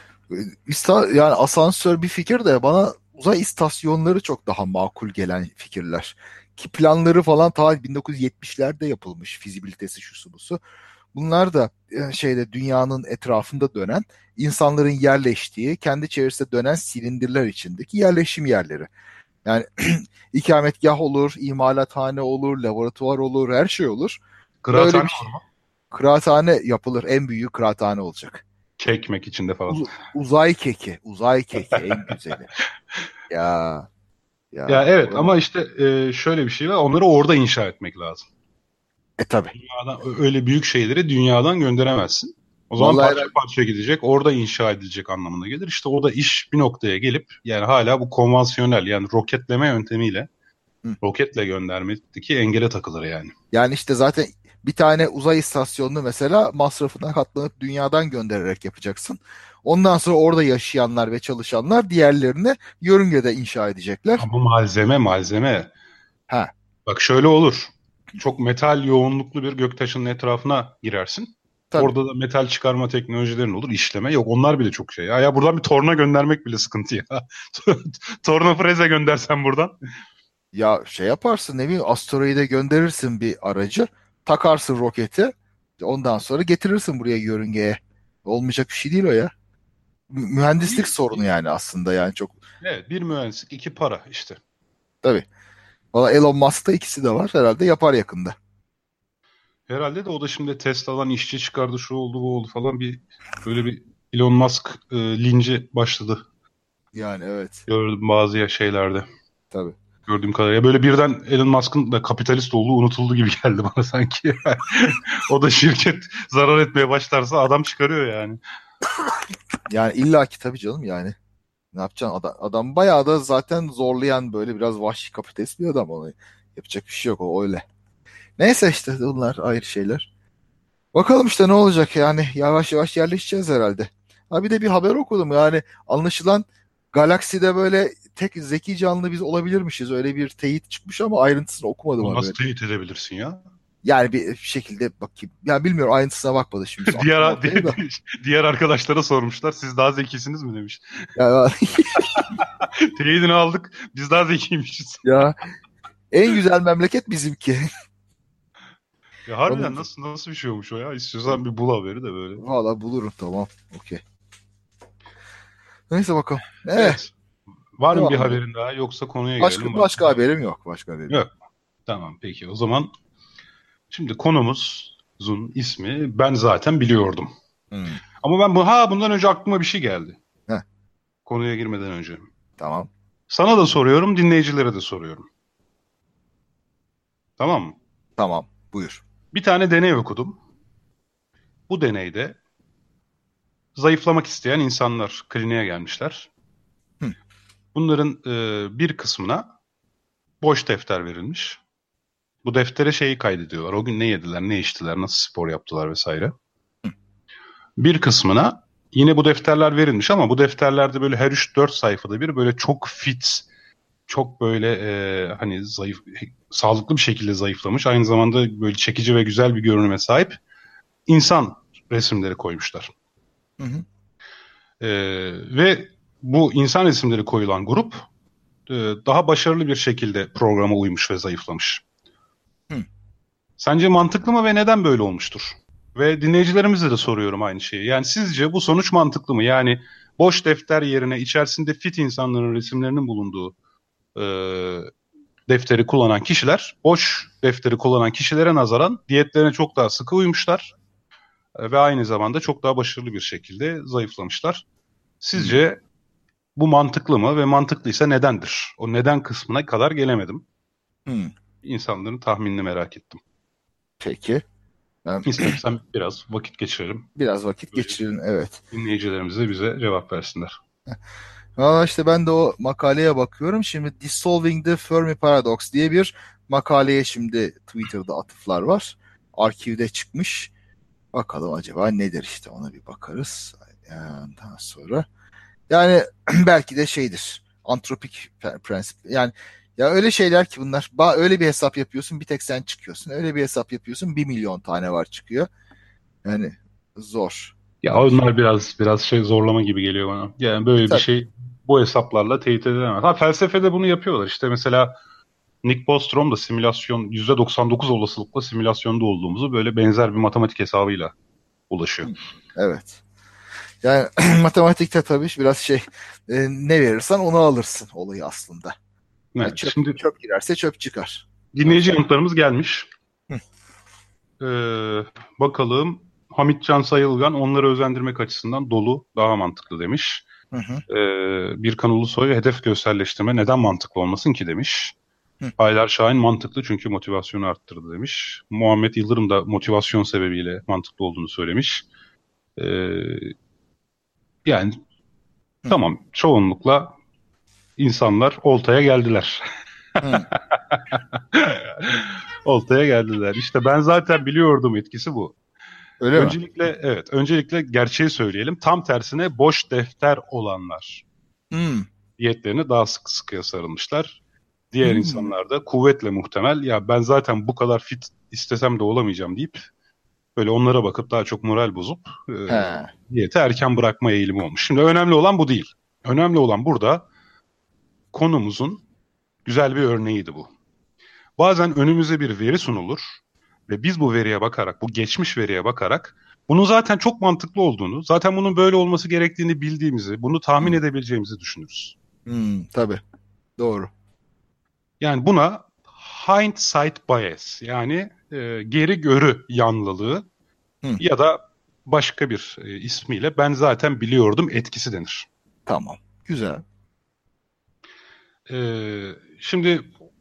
Yani asansör bir fikir de bana uzay istasyonları çok daha makul gelen fikirler. Ki planları falan ta 1970'lerde yapılmış fizibilitesi şusu busu. Bunlar da şeyde dünyanın etrafında dönen insanların yerleştiği kendi çevresinde dönen silindirler içindeki yerleşim yerleri. Yani ikametgah olur, imalathane olur, laboratuvar olur, her şey olur. Böyle Kıraathane bir olur şey. mu? Kıraathane yapılır. En büyük kıraathane olacak. Kek mek içinde falan. Uzay keki. Uzay keki en güzeli. Ya Ya ya. evet ama işte şöyle bir şey var. Onları orada inşa etmek lazım. Tabii. Öyle büyük şeyleri dünyadan gönderemezsin. O zaman Vallahi parça herhalde. parça gidecek, orada inşa edilecek anlamına gelir. İşte o da iş bir noktaya gelip yani hala bu konvansiyonel yani roketleme yöntemiyle Hı. roketle göndermedeki engele takılır yani. Yani işte zaten bir tane uzay istasyonunu mesela masrafına katlanıp dünyadan göndererek yapacaksın. Ondan sonra orada yaşayanlar ve çalışanlar diğerlerini yörüngede inşa edecekler. Ama malzeme. Ha, Bak şöyle olur. Çok metal yoğunluklu bir göktaşının etrafına girersin. tabii. Orada da metal çıkarma teknolojilerin olur. İşleme yok. Onlar bile çok şey. Ya buradan bir torna göndermek bile sıkıntı ya. Torna freze göndersen buradan. Ya şey yaparsın ne bileyim asteroide gönderirsin bir aracı. Takarsın roketi. Ondan sonra getirirsin buraya yörüngeye. Olmayacak bir şey değil o ya. mühendislik sorunu yani aslında yani çok. Evet, bir mühendislik, iki para işte. Tabii. Valla Elon Musk'ta ikisi de var. Herhalde yapar yakında. Herhalde de o da şimdi Tesla'dan işçi çıkardı, şu oldu bu oldu falan, bir böyle bir Elon Musk linci başladı. Yani evet. Gördüm bazı şeylerde. Tabii. Gördüğüm kadarıyla. Böyle birden Elon Musk'ın da kapitalist olduğu unutuldu gibi geldi bana sanki. O da şirket zarar etmeye başlarsa adam çıkarıyor yani. Yani illaki tabii canım yani. Ne yapacaksın? Adam bayağı da zaten zorlayan böyle biraz vahşi kapitalist bir adam. Onu yapacak bir şey yok. O öyle. Neyse işte bunlar ayrı şeyler. Bakalım işte ne olacak yani. Yavaş yavaş yerleşeceğiz herhalde. Ha bir de bir haber okudum yani. Anlaşılan galakside böyle tek zeki canlı biz olabilirmişiz. Öyle bir teyit çıkmış ama ayrıntısını okumadım Bunu nasıl haberi. teyit edebilirsin ya? Yani bir şekilde bakayım. Yani bilmiyorum ayrıntısına bakmadı şimdi. Attım Diğer ortaya da. diğer arkadaşlara sormuşlar. Siz daha zekisiniz mi demiş. Ya, Teyidini aldık. Biz daha zekiymişiz. ya en güzel memleket bizimki. Ya Onun harbiden için. nasıl bir şey olmuş o ya? İstiyorsan bir bul haberi de böyle. Valla bulurum tamam. Okey. Neyse bakalım. Evet. Var mı bir Devam edelim. haberin daha, yoksa konuya girelim. Başka haberim yok. Başka haberim yok. Yok. Tamam peki. O zaman şimdi konumuzun ismi ben zaten biliyordum. Hmm. Ama ben bundan önce aklıma bir şey geldi. Heh, Konuya girmeden önce. tamam. Sana da soruyorum, dinleyicilere de soruyorum. Tamam mı? Tamam. Buyur. Bir tane deney okudum. Bu deneyde zayıflamak isteyen insanlar kliniğe gelmişler. Hmm. Bunların bir kısmına boş defter verilmiş. Bu deftere şeyi kaydediyorlar. O gün ne yediler, ne içtiler, nasıl spor yaptılar vesaire. Bir kısmına yine bu defterler verilmiş ama bu defterlerde böyle her 3-4 sayfada bir böyle çok fit, çok böyle hani sağlıklı bir şekilde zayıflamış. Aynı zamanda böyle çekici ve güzel bir görünüme sahip insan resimleri koymuşlar. Hı hı. E, ve bu insan resimleri koyulan grup e, daha başarılı bir şekilde programa uymuş ve zayıflamış. Hı. Sence mantıklı mı ve neden böyle olmuştur? Ve dinleyicilerimize de soruyorum aynı şeyi. Yani sizce bu sonuç mantıklı mı? Yani boş defter yerine içerisinde fit insanların resimlerinin bulunduğu e, defteri kullanan kişiler, boş defteri kullanan kişilere nazaran diyetlerine çok daha sıkı uymuşlar ve aynı zamanda çok daha başarılı bir şekilde zayıflamışlar. Hı. Sizce bu mantıklı mı ve mantıklıysa nedendir? O neden kısmına kadar gelemedim. Hı. İnsanların tahminini merak ettim. Peki. Ben İstersen biraz vakit geçirelim. biraz vakit Böyle geçirelim. Evet. dinleyicilerimiz de bize cevap versinler. Valla işte ben de o makaleye bakıyorum. Şimdi Dissolving the Fermi Paradox diye bir makaleye şimdi Twitter'da atıflar var. Arkivde çıkmış. Bakalım acaba nedir işte ona bir bakarız. Daha sonra. Yani belki de şeydir. Antropik prensip. Yani ya öyle şeyler ki bunlar. Öyle bir hesap yapıyorsun bir tek sen çıkıyorsun. Öyle bir hesap yapıyorsun 1 milyon tane var çıkıyor. Yani zor. Ya Tabii. onlar biraz şey zorlama gibi geliyor bana. Yani böyle bir Tabii. şey bu hesaplarla teyit edilemez. Ha, felsefede bunu yapıyorlar. İşte mesela Nick Bostrom da %99 olasılıkla simülasyonda olduğumuzu böyle benzer bir matematik hesabıyla ulaşıyor. Evet. Yani matematikte tabii biraz ne verirsen onu alırsın olayı aslında. Yani Evet, şimdi çöp girerse çöp çıkar. dinleyici yanıtlarımız gelmiş. Hı Bakalım. Hamit Can Sayılgan onları özendirmek açısından dolu daha mantıklı demiş. hı hı. Birkan Ulusoy hedef görselleştirme neden mantıklı olmasın ki demiş. Hı. Haydar Şahin mantıklı çünkü motivasyonu arttırdı demiş. Muhammed Yıldırım da motivasyon sebebiyle mantıklı olduğunu söylemiş. Ee, yani Hı. tamam, çoğunlukla insanlar oltaya geldiler. Hı. Oltaya geldiler. İşte ben zaten biliyordum etkisi bu. Öyle mi? Öncelikle gerçeği söyleyelim. Tam tersine boş defter olanlar Hı. diyetlerine daha sıkıya sarılmışlar. Hı. Diğer insanlar da kuvvetle muhtemel ya ben zaten bu kadar fit istesem de olamayacağım deyip böyle onlara bakıp daha çok moral bozup He. diyeti erken bırakma eğilimi olmuş. Şimdi önemli olan bu değil. Önemli olan burada konumuzun güzel bir örneğiydi bu. Bazen önümüze bir veri sunulur ve biz bu veriye bakarak, bu geçmiş veriye bakarak Bunun zaten çok mantıklı olduğunu, zaten bunun böyle olması gerektiğini bildiğimizi, bunu tahmin Hmm. edebileceğimizi düşünürüz. Tabii. Doğru. Yani buna hindsight bias, yani geri görü yanlılığı Hmm. ya da başka bir ismiyle ben zaten biliyordum etkisi denir. Tamam. Güzel. E, Şimdi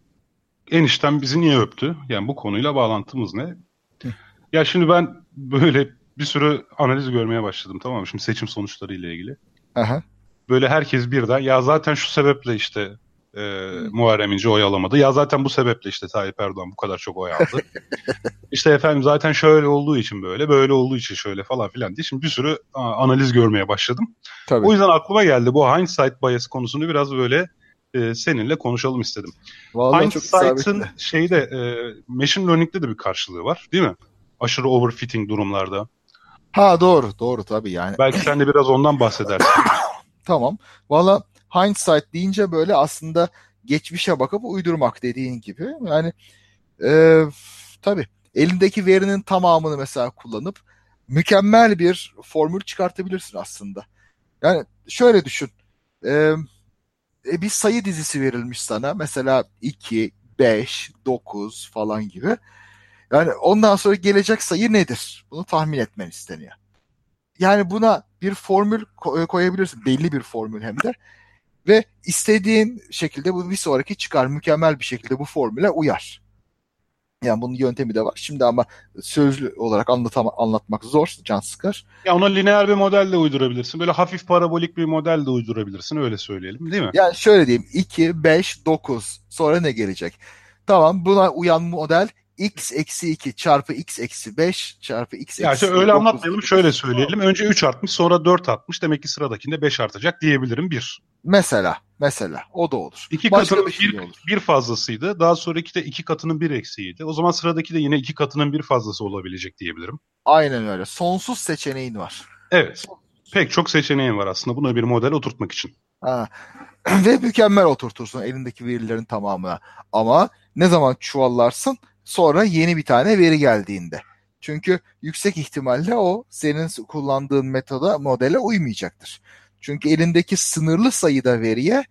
eniştem bizi niye öptü? Yani bu konuyla bağlantımız ne? Hı. Ya şimdi ben böyle bir sürü analiz görmeye başladım, tamam mı? Şimdi seçim sonuçları ile ilgili. Aha. Böyle herkes birden ya zaten şu sebeple işte Muharrem İnce oy alamadı. Ya zaten bu sebeple işte Tayyip Erdoğan bu kadar çok oy aldı. İşte efendim zaten şöyle olduğu için böyle, böyle olduğu için şöyle falan filan diye. Şimdi bir sürü analiz görmeye başladım. Tabii. O yüzden aklıma geldi bu hindsight bias konusunu biraz böyle seninle konuşalım istedim. Vallahi çok Hindsight'ın isabetli. şeyde machine learning'de de bir karşılığı var, değil mi? Aşırı overfitting durumlarda. Ha, doğru. Doğru tabii yani. Belki sen de biraz ondan bahsedersin. Tamam. Valla hindsight deyince böyle aslında geçmişe bakıp uydurmak dediğin gibi. Yani e, tabii elindeki verinin tamamını mesela kullanıp mükemmel bir formül çıkartabilirsin aslında. Yani şöyle düşün. E, Bir sayı dizisi verilmiş sana. Mesela 2, 5, 9 falan gibi. Yani ondan sonra gelecek sayı nedir? Bunu tahmin etmen isteniyor. Yani buna bir formül koyabilirsin. Belli bir formül hem de. Ve istediğin şekilde bu bir sonraki çıkar. Mükemmel bir şekilde bu formüle uyar. Yani bunun yöntemi de var. Şimdi ama sözlü olarak anlatmak zor, can sıkar. Ya ona lineer bir model de uydurabilirsin. Böyle hafif parabolik bir model de uydurabilirsin. Öyle söyleyelim, değil mi? Yani şöyle diyeyim. 2, 5, 9. Sonra ne gelecek? Tamam, buna uyan model x eksi 2 çarpı x eksi 5 çarpı x Ya işte eksi öyle 9 anlatmayalım. gibi Şöyle düşün. Tamam mı? söyleyelim. Önce 3 artmış, sonra 4 artmış. Demek ki sıradakinde 5 artacak diyebilirim. Bir. Mesela o da olur. İki Başka katının bir şey de olur. bir fazlasıydı. Daha sonraki de iki katının bir eksiğiydi. O zaman sıradaki de yine iki katının bir fazlası olabilecek diyebilirim. Aynen öyle. Sonsuz seçeneğin var. Evet. Pek çok seçeneğin var aslında buna bir model oturtmak için. Ha. Ve mükemmel oturtursun elindeki verilerin tamamına. Ama ne zaman çuvallarsın? Sonra yeni bir tane veri geldiğinde. Çünkü yüksek ihtimalle o senin kullandığın metoda, modele uymayacaktır. Çünkü elindeki sınırlı sayıda veriye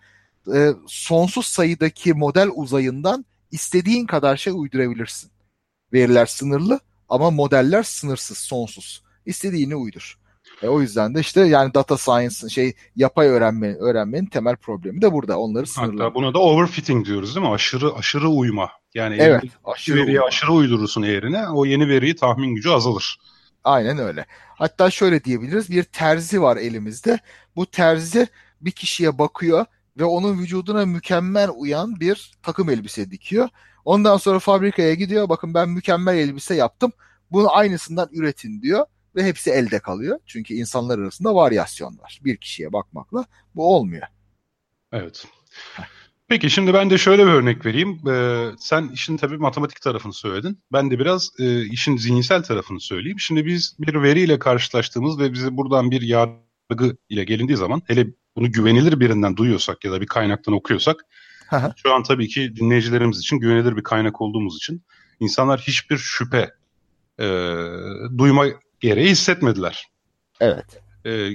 sonsuz sayıdaki model uzayından istediğin kadar şey uydurabilirsin. Veriler sınırlı ama modeller sınırsız, sonsuz. İstediğini uydur. O yüzden de işte yani data science'ın yapay öğrenmenin temel problemi de burada. Onları Hatta sınırlamak. buna da overfitting diyoruz, değil mi? Aşırı uyma. Yani Evet, elindeki aşırı veriye uyma. aşırı uydurursun eğrine. O yeni veriyi tahmin gücü azalır. Aynen öyle. Hatta şöyle diyebiliriz. Bir terzi var elimizde. Bu terzi bir kişiye bakıyor ve onun vücuduna mükemmel uyan bir takım elbise dikiyor. Ondan sonra fabrikaya gidiyor. Bakın ben mükemmel elbise yaptım. Bunu aynısından üretin diyor ve hepsi elde kalıyor. Çünkü insanlar arasında varyasyon var. Bir kişiye bakmakla bu olmuyor. Evet. Peki şimdi ben de şöyle bir örnek vereyim. Sen işin tabii matematik tarafını söyledin. Ben de biraz işin zihinsel tarafını söyleyeyim. Şimdi biz bir veriyle karşılaştığımız ve bize buradan bir yargı ile gelindiği zaman, hele bunu güvenilir birinden duyuyorsak ya da bir kaynaktan okuyorsak, şu an tabii ki dinleyicilerimiz için güvenilir bir kaynak olduğumuz için insanlar hiçbir şüphe e, duyma gereği hissetmediler. Evet. E,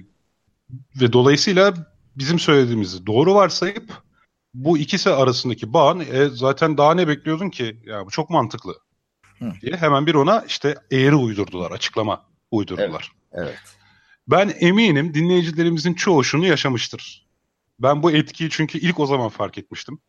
Ve dolayısıyla bizim söylediğimizi doğru varsayıp bu ikisi arasındaki bağın zaten daha ne bekliyordun ki? Ya bu çok mantıklı Hı. diye hemen bir ona işte eğri uydurdular, açıklama Evet. uydurdular. Evet. Ben eminim dinleyicilerimizin çoğu şunu yaşamıştır. Ben bu etkiyi çünkü ilk o zaman fark etmiştim.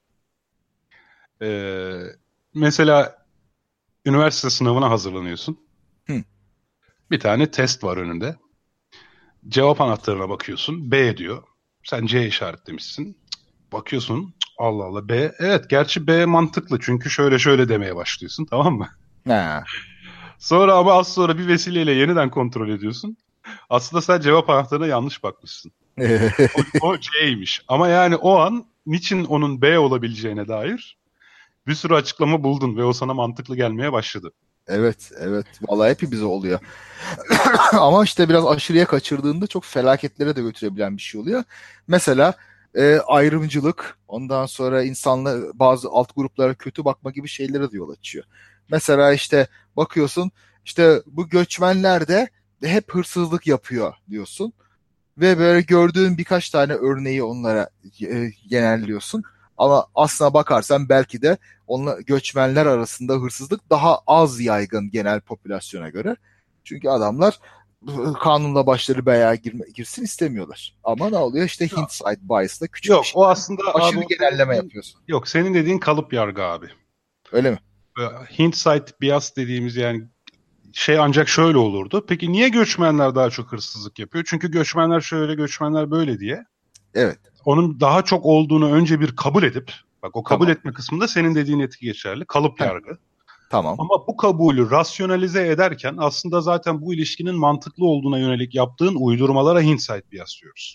Ee, Mesela üniversite sınavına hazırlanıyorsun. Hı. Bir tane test var önünde. Cevap anahtarına bakıyorsun. B diyor. Sen C işaretlemişsin. Bakıyorsun. Allah Allah, B. Evet, gerçi B mantıklı çünkü şöyle şöyle demeye başlıyorsun, tamam mı? Ha. Sonra ama az sonra bir vesileyle yeniden kontrol ediyorsun. Aslında sen cevap anahtarına yanlış bakmışsın. O C'ymiş. Ama yani o an niçin onun B olabileceğine dair bir sürü açıklama buldun ve o sana mantıklı gelmeye başladı. Evet, evet. Vallahi hepimize oluyor. Ama işte biraz aşırıya kaçırdığında çok felaketlere de götürebilen bir şey oluyor. Mesela ayrımcılık, ondan sonra insanlar bazı alt gruplara kötü bakma gibi şeylere de yol açıyor. Mesela işte bakıyorsun işte bu göçmenler de hep hırsızlık yapıyor diyorsun. Ve böyle gördüğün birkaç tane örneği onlara genelliyorsun. Ama aslına bakarsan belki de göçmenler arasında hırsızlık daha az yaygın genel popülasyona göre. Çünkü adamlar kanunla başları belaya girsin istemiyorlar. Ama ne oluyor? İşte hindsight bias'la küçük Yok bir şey. o aslında Aşırı abi genelleme yapıyorsun. yok senin dediğin kalıp yargı abi. Öyle mi? Hindsight bias dediğimiz yani şey ancak şöyle olurdu. Peki niye göçmenler daha çok hırsızlık yapıyor? Çünkü göçmenler şöyle, göçmenler böyle diye. Evet. Onun daha çok olduğunu önce bir kabul edip, bak o kabul Tamam. etme kısmında senin dediğin etki geçerli. Kalıp Heh, yargı. tamam. Ama bu kabulü rasyonalize ederken aslında zaten bu ilişkinin mantıklı olduğuna yönelik yaptığın uydurmalara hindsight bias diyoruz.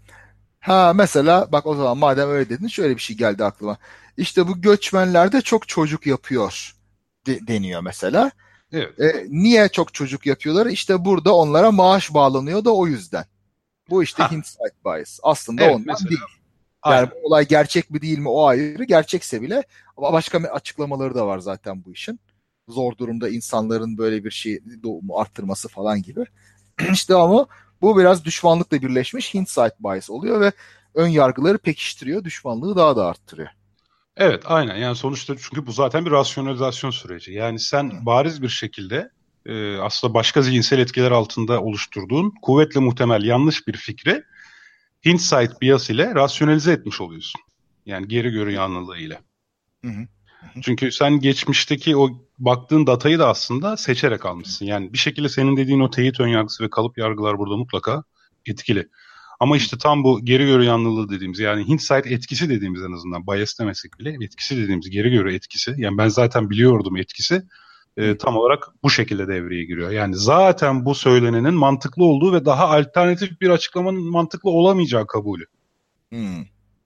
Ha mesela bak o zaman madem öyle dedin şöyle bir şey geldi aklıma. İşte bu göçmenler de çok çocuk yapıyor deniyor mesela. Evet. Niye çok çocuk yapıyorlar? İşte burada onlara maaş bağlanıyor da o yüzden. Bu işte Ha, hindsight bias. Aslında evet ondan mesela. değil. Yani Aynen. bu olay gerçek mi değil mi o ayrı. Gerçekse bile ama başka açıklamaları da var zaten bu işin. Zor durumda insanların böyle bir şey doğumu arttırması falan gibi. İşte ama bu biraz düşmanlıkla birleşmiş hindsight bias oluyor ve ön yargıları pekiştiriyor, düşmanlığı daha da arttırıyor. Evet, aynen. Yani sonuçta çünkü bu zaten bir rasyonalizasyon süreci. Yani sen bariz bir şekilde aslında başka zihinsel etkiler altında oluşturduğun kuvvetle muhtemel yanlış bir fikri hindsight bias ile rasyonalize etmiş oluyorsun. Yani geri görü yanlılığı ile. Hı hı. Hı hı. Çünkü sen geçmişteki o baktığın datayı da aslında seçerek almışsın. Yani bir şekilde senin dediğin o teyit önyargısı ve kalıp yargılar burada mutlaka etkili. Ama işte tam bu geri görü yanlılığı dediğimiz yani hindsight etkisi dediğimiz en azından bias demesek bile etkisi dediğimiz geri görü etkisi. Yani ben zaten biliyordum etkisi tam olarak bu şekilde devreye giriyor. Yani zaten bu söylenenin mantıklı olduğu ve daha alternatif bir açıklamanın mantıklı olamayacağı kabulü. Hı.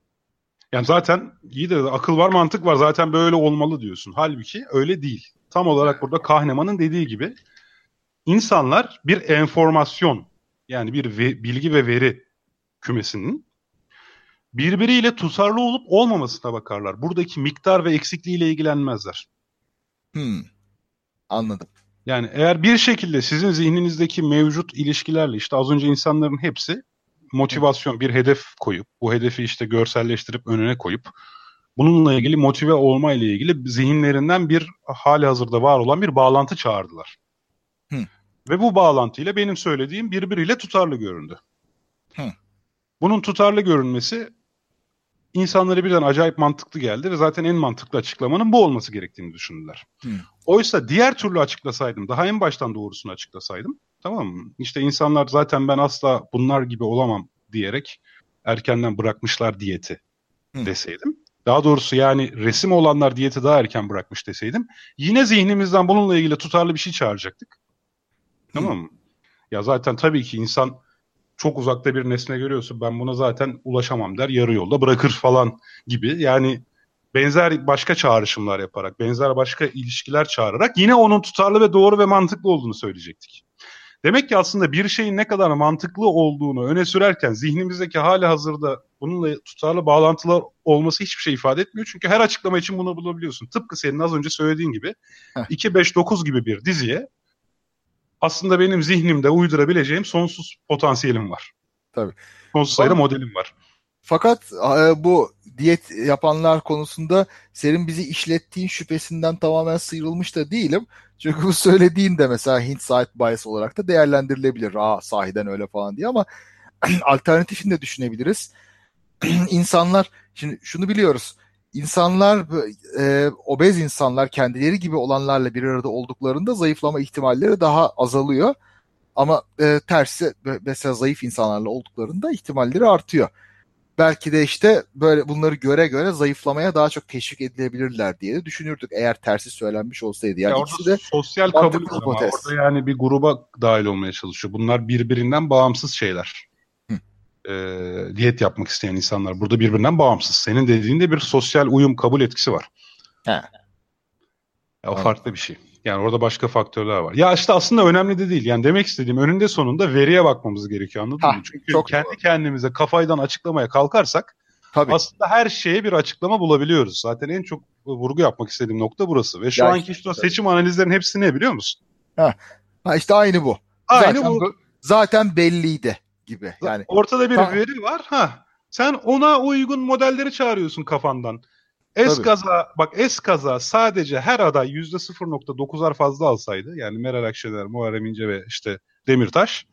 Yani zaten iyi de akıl var mantık var zaten böyle olmalı diyorsun. Halbuki öyle değil. Tam olarak burada Kahneman'ın dediği gibi insanlar bir enformasyon yani bir bilgi ve veri kümesinin birbiriyle tutarlı olup olmamasına bakarlar. Buradaki miktar ve eksikliğiyle ilgilenmezler. Hı. Anladım. Yani eğer bir şekilde sizin zihninizdeki mevcut ilişkilerle işte az önce insanların hepsi Hı. motivasyon, bir hedef koyup bu hedefi işte görselleştirip önüne koyup bununla ilgili motive olma ile ilgili zihinlerinden bir hali hazırda var olan bir bağlantı çağırdılar. Hı. Ve bu bağlantıyla benim söylediğim birbiriyle tutarlı göründü. Hı. Bunun tutarlı görünmesi insanlara birden acayip mantıklı geldi ve zaten en mantıklı açıklamanın bu olması gerektiğini düşündüler. Hı. Oysa diğer türlü açıklasaydım, daha en baştan doğrusunu açıklasaydım, tamam mı? İşte insanlar zaten ben asla bunlar gibi olamam diyerek erkenden bırakmışlar diyeti Hı. deseydim. Daha doğrusu yani resim olanlar diyeti daha erken bırakmış deseydim. Yine zihnimizden bununla ilgili tutarlı bir şey çağıracaktık. Hı. Tamam mı? Ya zaten tabii ki insan çok uzakta bir nesne görüyorsa ben buna zaten ulaşamam der, yarı yolda bırakır falan gibi. Yani benzer başka çağrışımlar yaparak, benzer başka ilişkiler çağırarak yine onun tutarlı ve doğru ve mantıklı olduğunu söyleyecektik. Demek ki aslında bir şeyin ne kadar mantıklı olduğunu öne sürerken zihnimizdeki hali hazırda bununla tutarlı bağlantılar olması hiçbir şey ifade etmiyor. Çünkü her açıklama için bunu bulabiliyorsun. Tıpkı senin az önce söylediğin gibi Heh. 2-5-9 gibi bir diziye aslında benim zihnimde uydurabileceğim sonsuz potansiyelim var. Tabii. Sonsuz sayıda modelim var. Fakat bu diyet yapanlar konusunda senin bizi işlettiğin şüphesinden tamamen sıyrılmış da değilim. Çünkü bu söylediğin de mesela hindsight bias olarak da değerlendirilebilir. Sahiden öyle falan diye ama alternatifini de düşünebiliriz. İnsanlar, şimdi şunu biliyoruz. İnsanlar, obez insanlar kendileri gibi olanlarla bir arada olduklarında zayıflama ihtimalleri daha azalıyor. Ama tersi mesela zayıf insanlarla olduklarında ihtimalleri artıyor. Belki de işte böyle bunları göre göre zayıflamaya daha çok teşvik edilebilirler diye de düşünürdük eğer tersi söylenmiş olsaydı. Ya Yani orada ikisi de sosyal kabul mantıklı var ama hipotez. orada yani bir gruba dahil olmaya çalışıyor. Bunlar birbirinden bağımsız şeyler. Hı. Diyet yapmak isteyen insanlar burada birbirinden bağımsız. Senin dediğinde bir sosyal uyum kabul etkisi var. He, Ya o anladım. farklı bir şey. Yani orada başka faktörler var. Ya işte aslında önemli de değil. Yani demek istediğim önünde sonunda veriye bakmamız gerekiyor anladın mı? Çünkü Çok kendi doğru. kendimize kafaydan açıklamaya kalkarsak Tabii. aslında her şeye bir açıklama bulabiliyoruz. Zaten en çok vurgu yapmak istediğim nokta burası. Ve şu Ya anki işte seçim analizlerin hepsi ne biliyor musun? ha, işte aynı bu. Aynı bu. Zaten belliydi gibi. Yani ortada bir veri var. Sen ona uygun modelleri çağırıyorsun kafandan. Eskaza sadece her aday %0.9'ar fazla alsaydı, yani Meral Akşener, Muharrem İnce ve işte Demirtaş,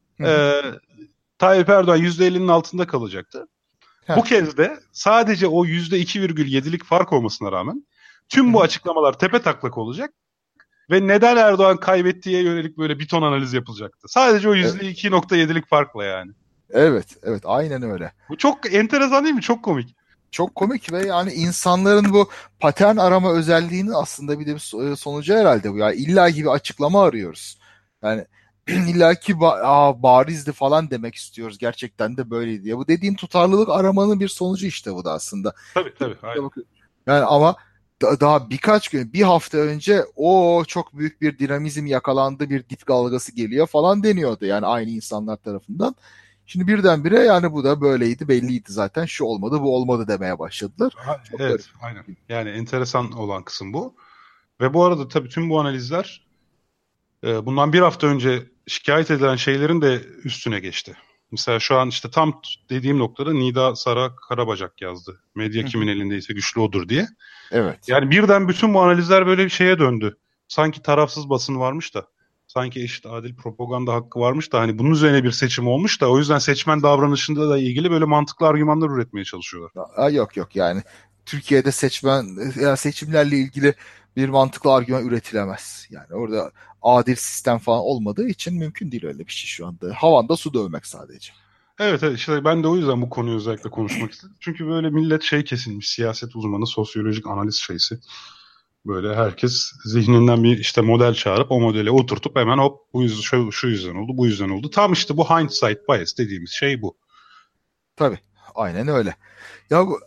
Tayyip Erdoğan %50'nin altında kalacaktı. Bu kez de sadece o %2,7'lik fark olmasına rağmen tüm bu açıklamalar tepetaklak olacak ve neden Erdoğan kaybettiğe yönelik böyle bir ton analiz yapılacaktı. Sadece o %2,7'lik farkla yani. Evet, aynen öyle. Bu çok enteresan değil mi? Çok komik. Çok komik ve yani insanların bu patern arama özelliğinin aslında bir de bir sonucu herhalde bu. Yani illa gibi açıklama arıyoruz. Yani illa ki barizdi falan demek istiyoruz. Gerçekten de böyleydi diye. Bu dediğin tutarlılık aramanın bir sonucu işte bu da aslında. Tabii. Aynen. Yani ama daha birkaç gün, bir hafta önce o çok büyük bir dinamizm yakalandı, bir dip dalgası geliyor falan deniyordu. Yani aynı insanlar tarafından. Şimdi birdenbire yani bu da böyleydi, belliydi zaten, şu olmadı bu olmadı demeye başladılar. Çok evet, aynen. Yani enteresan olan kısım bu. Ve bu arada tabii tüm bu analizler bundan bir hafta önce şikayet edilen şeylerin de üstüne geçti. Mesela şu an işte tam dediğim noktada Nida Sara Karabacak yazdı. Medya kimin elindeyse güçlü odur diye. Evet. Yani birden bütün bu analizler böyle bir şeye döndü. Sanki tarafsız basın varmış da, sanki eşit adil propaganda hakkı varmış da, hani bunun üzerine bir seçim olmuş da o yüzden seçmen davranışında da ilgili böyle mantıklı argümanlar üretmeye çalışıyorlar. Yok yani Türkiye'de seçimlerle ilgili bir mantıklı argüman üretilemez. Yani orada adil sistem falan olmadığı için mümkün değil öyle bir şey şu anda. Havanda su dövmek sadece. Evet, işte ben de o yüzden bu konuyu özellikle konuşmak istedim. Çünkü böyle millet kesilmiş, siyaset uzmanı, sosyolojik analiz şeysi. Böyle herkes zihninden bir işte model çağırıp o modele oturtup hemen hop bu yüzden, şu yüzden oldu, bu yüzden oldu. Tam işte bu hindsight bias dediğimiz şey bu. Tabii, aynen öyle. Ya bu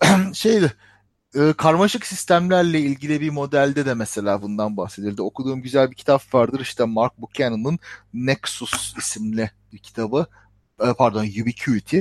karmaşık sistemlerle ilgili bir modelde de mesela bundan bahsedildi. Okuduğum güzel bir kitap vardır, işte Mark Buchanan'ın Nexus isimli bir kitabı. Ubiquity.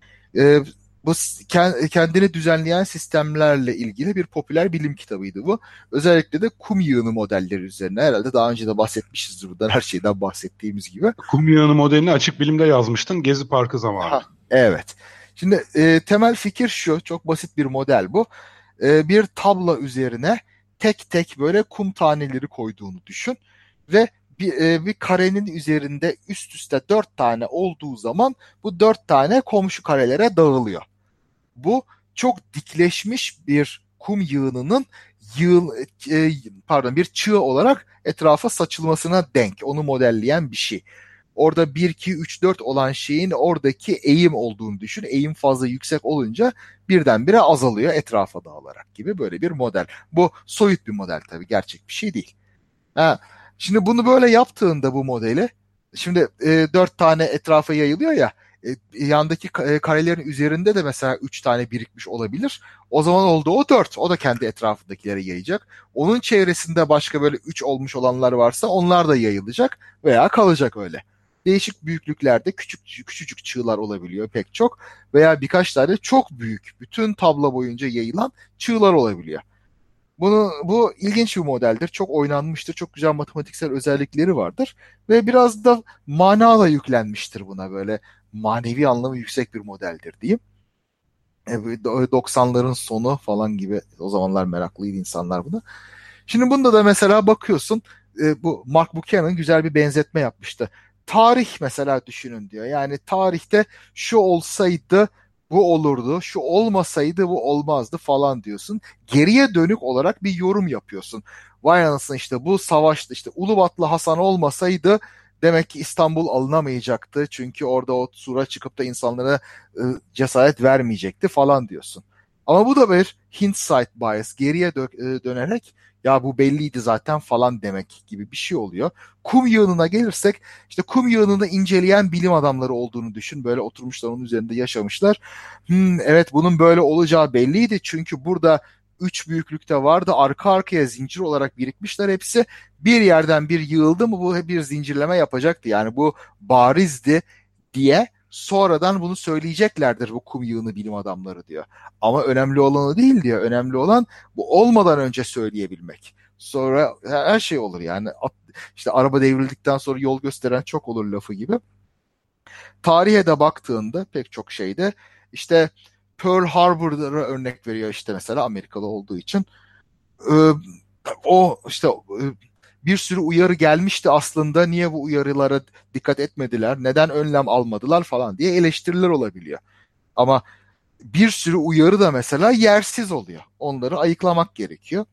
Bu kendini düzenleyen sistemlerle ilgili bir popüler bilim kitabıydı bu. Özellikle de kum yığını modelleri üzerine. Herhalde daha önce de bahsetmişizdir buradan, her şeyden bahsettiğimiz gibi. Kum yığını modelini Açık Bilim'de yazmıştın Gezi Parkı zamanı. Evet. Şimdi temel fikir şu, çok basit bir model bu. Bir tablo üzerine tek tek böyle kum taneleri koyduğunu düşün ve bir karenin üzerinde üst üste 4 tane olduğu zaman bu 4 tane komşu karelere dağılıyor. Bu çok dikleşmiş bir kum yığınının bir çığ olarak etrafa saçılmasına denk. Onu modelleyen bir şey. Orada 1, 2, 3, 4 olan şeyin oradaki eğim olduğunu düşün. Eğim fazla yüksek olunca birdenbire azalıyor etrafa dağılarak gibi böyle bir model. Bu soyut bir model tabii, gerçek bir şey değil. Şimdi bunu böyle yaptığında bu modeli, şimdi 4 tane etrafa yayılıyor ya, yandaki karelerin üzerinde de mesela 3 tane birikmiş olabilir. O zaman oldu o 4. O da kendi etrafındakilere yayacak. Onun çevresinde başka böyle 3 olmuş olanlar varsa onlar da yayılacak veya kalacak öyle. Değişik büyüklüklerde küçücük çığlar olabiliyor pek çok, veya birkaç tane çok büyük, bütün tablo boyunca yayılan çığlar olabiliyor. Bu ilginç bir modeldir. Çok oynanmıştır. Çok güzel matematiksel özellikleri vardır. Ve biraz da mana yüklenmiştir buna, böyle manevi anlamı yüksek bir modeldir diyeyim. 90'ların sonu falan gibi, o zamanlar meraklıydı insanlar buna. Şimdi bunda da mesela bakıyorsun, bu Mark Buchanan güzel bir benzetme yapmıştı. Tarih mesela düşünün diyor. Yani tarihte şu olsaydı bu olurdu, şu olmasaydı bu olmazdı falan diyorsun. Geriye dönük olarak bir yorum yapıyorsun. Vay anasını, işte bu savaşta işte Ulubatlı Hasan olmasaydı demek ki İstanbul alınamayacaktı. Çünkü orada o sura çıkıp da insanlara cesaret vermeyecekti falan diyorsun. Ama bu da bir hindsight bias. Geriye dönerek ya bu belliydi zaten falan demek gibi bir şey oluyor. Kum yığınına gelirsek, işte kum yığınını inceleyen bilim adamları olduğunu düşün. Böyle oturmuşlar, onun üzerinde yaşamışlar. Evet, bunun böyle olacağı belliydi. Çünkü burada 3 büyüklükte vardı. Arka arkaya zincir olarak birikmişler hepsi. Bir yerden bir yığıldı mı bu bir zincirleme yapacaktı. Yani bu barizdi diye sonradan bunu söyleyeceklerdir bu kum yığını bilim adamları diyor. Ama önemli olanı değil diyor. Önemli olan bu olmadan önce söyleyebilmek. Sonra her şey olur yani. işte araba devrildikten sonra yol gösteren çok olur lafı gibi. Tarihe de baktığında pek çok şeyde işte Pearl Harbor'da örnek veriyor işte mesela Amerikalı olduğu için. Ee, O işte bir sürü uyarı gelmişti aslında. Niye bu uyarılara dikkat etmediler? Neden önlem almadılar falan diye eleştiriler olabiliyor. Ama bir sürü uyarı da mesela yersiz oluyor. Onları ayıklamak gerekiyor.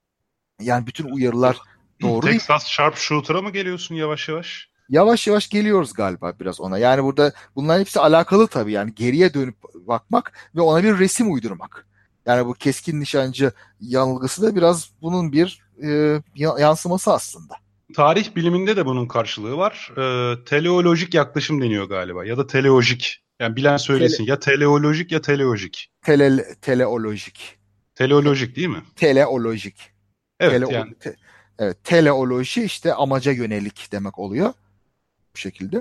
Yani bütün uyarılar doğru değil. Texas Sharpshooter'a mı geliyorsun yavaş yavaş? Yavaş yavaş geliyoruz galiba biraz ona. Yani burada bunların hepsi alakalı tabii. Yani geriye dönüp bakmak ve ona bir resim uydurmak. Yani bu keskin nişancı yanılgısı da biraz bunun bir yansıması aslında. Tarih biliminde de bunun karşılığı var. Teleolojik yaklaşım deniyor galiba ya da teleolojik. Yani bilen Tele, söylesin, ya teleolojik ya teleolojik. teleolojik. Teleolojik değil mi? Teleolojik. Evet Tele, yani. evet, teleoloji işte amaca yönelik demek oluyor bu şekilde.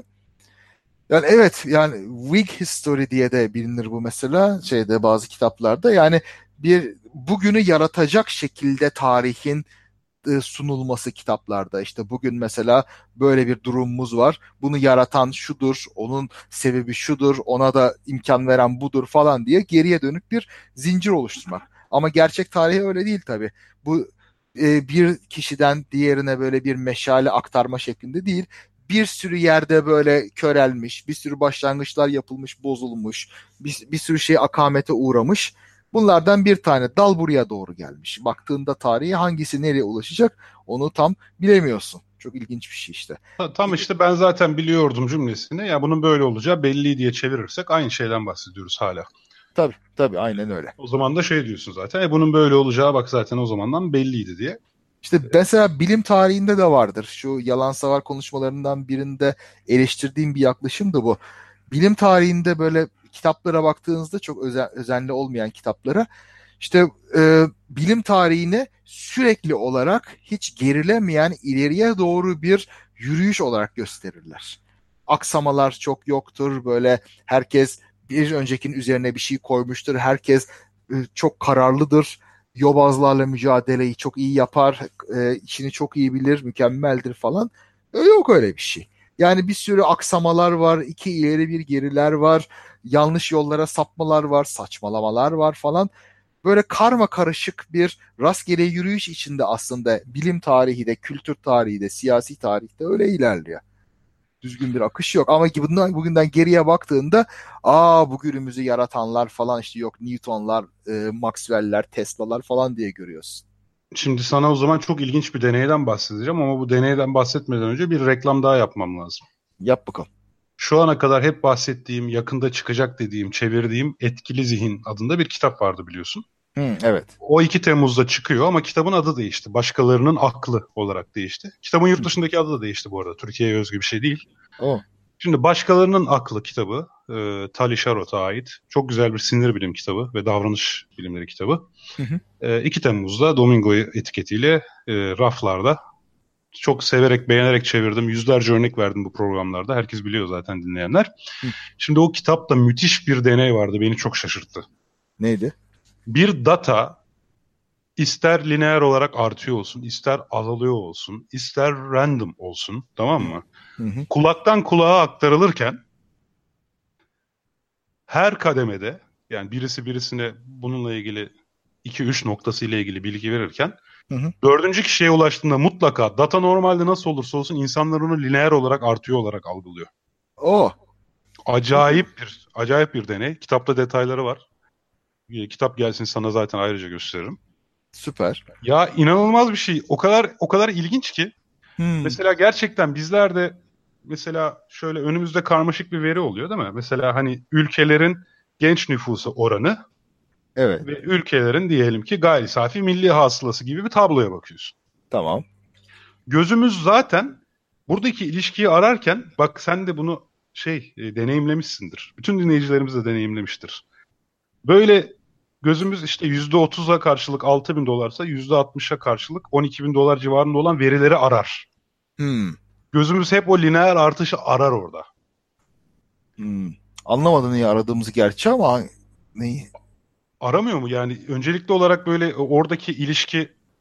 Yani evet yani Whig History diye de bilinir bu mesela şeyde bazı kitaplarda. Yani bir bugünü yaratacak şekilde tarihin sunulması kitaplarda. İşte bugün mesela böyle bir durumumuz var. Bunu yaratan şudur, onun sebebi şudur, ona da imkan veren budur falan diye geriye dönük bir zincir oluşturmak. Ama gerçek tarihi öyle değil tabii. Bu bir kişiden diğerine böyle bir meşale aktarma şeklinde değil. Bir sürü yerde böyle körelmiş, bir sürü başlangıçlar yapılmış, bozulmuş, bir sürü şey akamete uğramış. Bunlardan bir tane dal buraya doğru gelmiş. Baktığında tarihi hangisi nereye ulaşacak onu tam bilemiyorsun. Çok ilginç bir şey işte. Tam işte ben zaten biliyordum cümlesini. Ya bunun böyle olacağı belli diye çevirirsek aynı şeyden bahsediyoruz hala. Tabii tabii aynen öyle. O zaman da şey diyorsun zaten. Bunun böyle olacağı bak zaten o zamandan belliydi diye. İşte mesela bilim tarihinde de vardır. Şu yalan savar konuşmalarından birinde eleştirdiğim bir yaklaşım da bu. Bilim tarihinde böyle kitaplara baktığınızda çok özenli olmayan kitaplara işte bilim tarihini sürekli olarak hiç gerilemeyen ileriye doğru bir yürüyüş olarak gösterirler. Aksamalar çok yoktur. Böyle herkes bir öncekinin üzerine bir şey koymuştur. Herkes çok kararlıdır. Yobazlarla mücadeleyi çok iyi yapar. İşini çok iyi bilir, mükemmeldir falan. Yok öyle bir şey. Yani bir sürü aksamalar var, iki ileri bir geriler var, yanlış yollara sapmalar var, saçmalamalar var falan. Böyle karma karışık bir rastgele yürüyüş içinde aslında bilim tarihi de, kültür tarihi de, siyasi tarihte öyle ilerliyor. Düzgün bir akış yok. Ama bugünden geriye baktığında bugünümüzü yaratanlar falan işte yok Newtonlar, Maxwell'ler, Tesla'lar falan diye görüyorsun. Şimdi sana o zaman çok ilginç bir deneyden bahsedeceğim ama bu deneyden bahsetmeden önce bir reklam daha yapmam lazım. Yap bakalım. Şu ana kadar hep bahsettiğim, yakında çıkacak dediğim, çevirdiğim Etkili Zihin adında bir kitap vardı biliyorsun. Evet. O 2 Temmuz'da çıkıyor ama kitabın adı değişti. Başkalarının aklı olarak değişti. Kitabın yurt dışındaki adı da değişti bu arada. Türkiye'ye özgü bir şey değil. O. Şimdi Başkalarının Aklı kitabı, Tali Sharot'a ait. Çok güzel bir sinir bilim kitabı ve davranış bilimleri kitabı. 2 Temmuz'da Domingo etiketiyle raflarda. Çok severek, beğenerek çevirdim. Yüzlerce örnek verdim bu programlarda. Herkes biliyor zaten dinleyenler. Şimdi o kitapta müthiş bir deney vardı. Beni çok şaşırttı. Neydi? Bir data ister lineer olarak artıyor olsun, ister azalıyor olsun, ister random olsun, tamam mı? Kulaktan kulağa aktarılırken her kademede yani birisi birisine bununla ilgili 2-3 noktası ile ilgili bilgi verirken dördüncü kişiye ulaştığında mutlaka data normalde nasıl olursa olsun insanlar onu lineer olarak artıyor olarak algılıyor. O. Acayip bir deney. Kitapta detayları var. Kitap gelsin sana zaten ayrıca gösteririm. Süper. Ya inanılmaz bir şey. O kadar ilginç ki. Mesela gerçekten bizler de mesela şöyle önümüzde karmaşık bir veri oluyor değil mi? Mesela hani ülkelerin genç nüfusu oranı Evet. ve ülkelerin diyelim ki gayri safi milli hasılası gibi bir tabloya bakıyorsun. Tamam. Gözümüz zaten buradaki ilişkiyi ararken bak sen de bunu deneyimlemişsindir. Bütün dinleyicilerimiz de deneyimlemiştir. Böyle gözümüz işte %30'a karşılık 6.000 dolarsa %60'a karşılık 12.000 dolar civarında olan verileri arar. Gözümüz hep o lineer artışı arar orada. Anlamadım niye aradığımızı gerçi ama neyi? Aramıyor mu? Yani öncelikli olarak böyle oradaki ilişki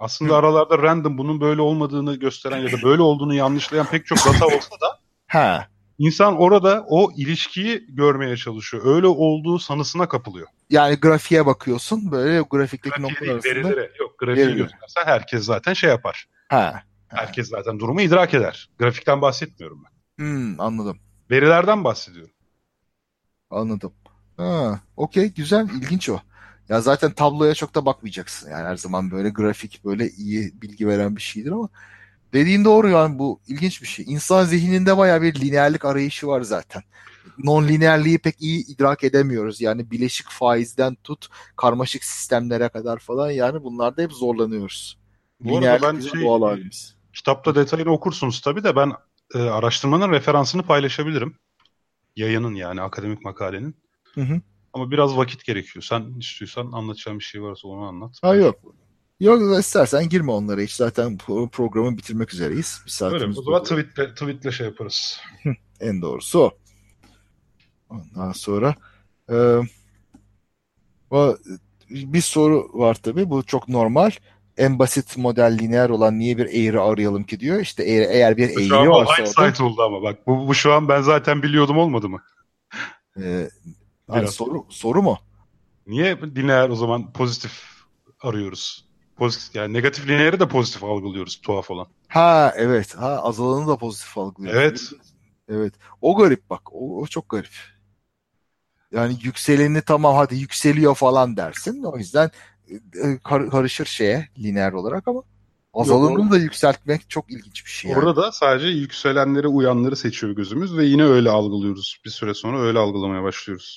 Aslında aralarda random bunun böyle olmadığını gösteren ya da böyle olduğunu yanlışlayan pek çok data olsa da insan orada o ilişkiyi görmeye çalışıyor. Öyle olduğu sanısına kapılıyor. Yani grafiğe bakıyorsun. Böyle grafikteki Grafiğe noktalar değil, arasında. verilere. Yok, grafiği göstersen herkes zaten şey yapar. Herkes zaten durumu idrak eder. Grafikten bahsetmiyorum ben. Anladım. Verilerden bahsediyorum. Anladım. Okey, güzel, ilginç o. Ya zaten tabloya çok da bakmayacaksın. Yani her zaman böyle grafik böyle iyi bilgi veren bir şeydir ama dediğin doğru, yani bu ilginç bir şey. İnsan zihninde bayağı bir lineerlik arayışı var zaten. Non-lineerliği pek iyi idrak edemiyoruz. Yani bileşik faizden tut karmaşık sistemlere kadar falan, yani bunlarda hep zorlanıyoruz. Bu arada ben Bizim doğal halimiz. kitapta detayını okursunuz tabii de ben araştırmanın referansını paylaşabilirim. Yayının, yani akademik makalenin. Hı. Ama biraz vakit gerekiyor. Sen istiyorsan anlatacağım bir şey varsa onu anlat. Yok. Yok, istersen girme onlara hiç. Zaten programı bitirmek üzereyiz. Bir Öyle mi? saatimiz O zaman oldu. tweetle şey yaparız. En doğrusu o. Ondan sonra bir soru var tabii. Bu çok normal. En basit model lineer olan niye bir eğri arayalım ki diyor. İşte eğer bir Şu eğri an varsa hindsight orada oldu ama bak bu şu an ben zaten biliyordum olmadı mı? hani Biraz. soru mu? Niye lineer o zaman pozitif arıyoruz? Pozitif, yani negatif lineeri de pozitif algılıyoruz, tuhaf olan. Evet. Azalanı da pozitif algılıyoruz. Evet. Evet. O garip bak. O çok garip. Yani yükseleni tamam, hadi yükseliyor falan dersin. O yüzden karışır şeye lineer olarak, ama Yok, azalanını da yükseltmek çok ilginç bir şey yani. orada da sadece yükselenleri, uyanları seçiyor gözümüz ve yine öyle algılıyoruz. Bir süre sonra öyle algılamaya başlıyoruz.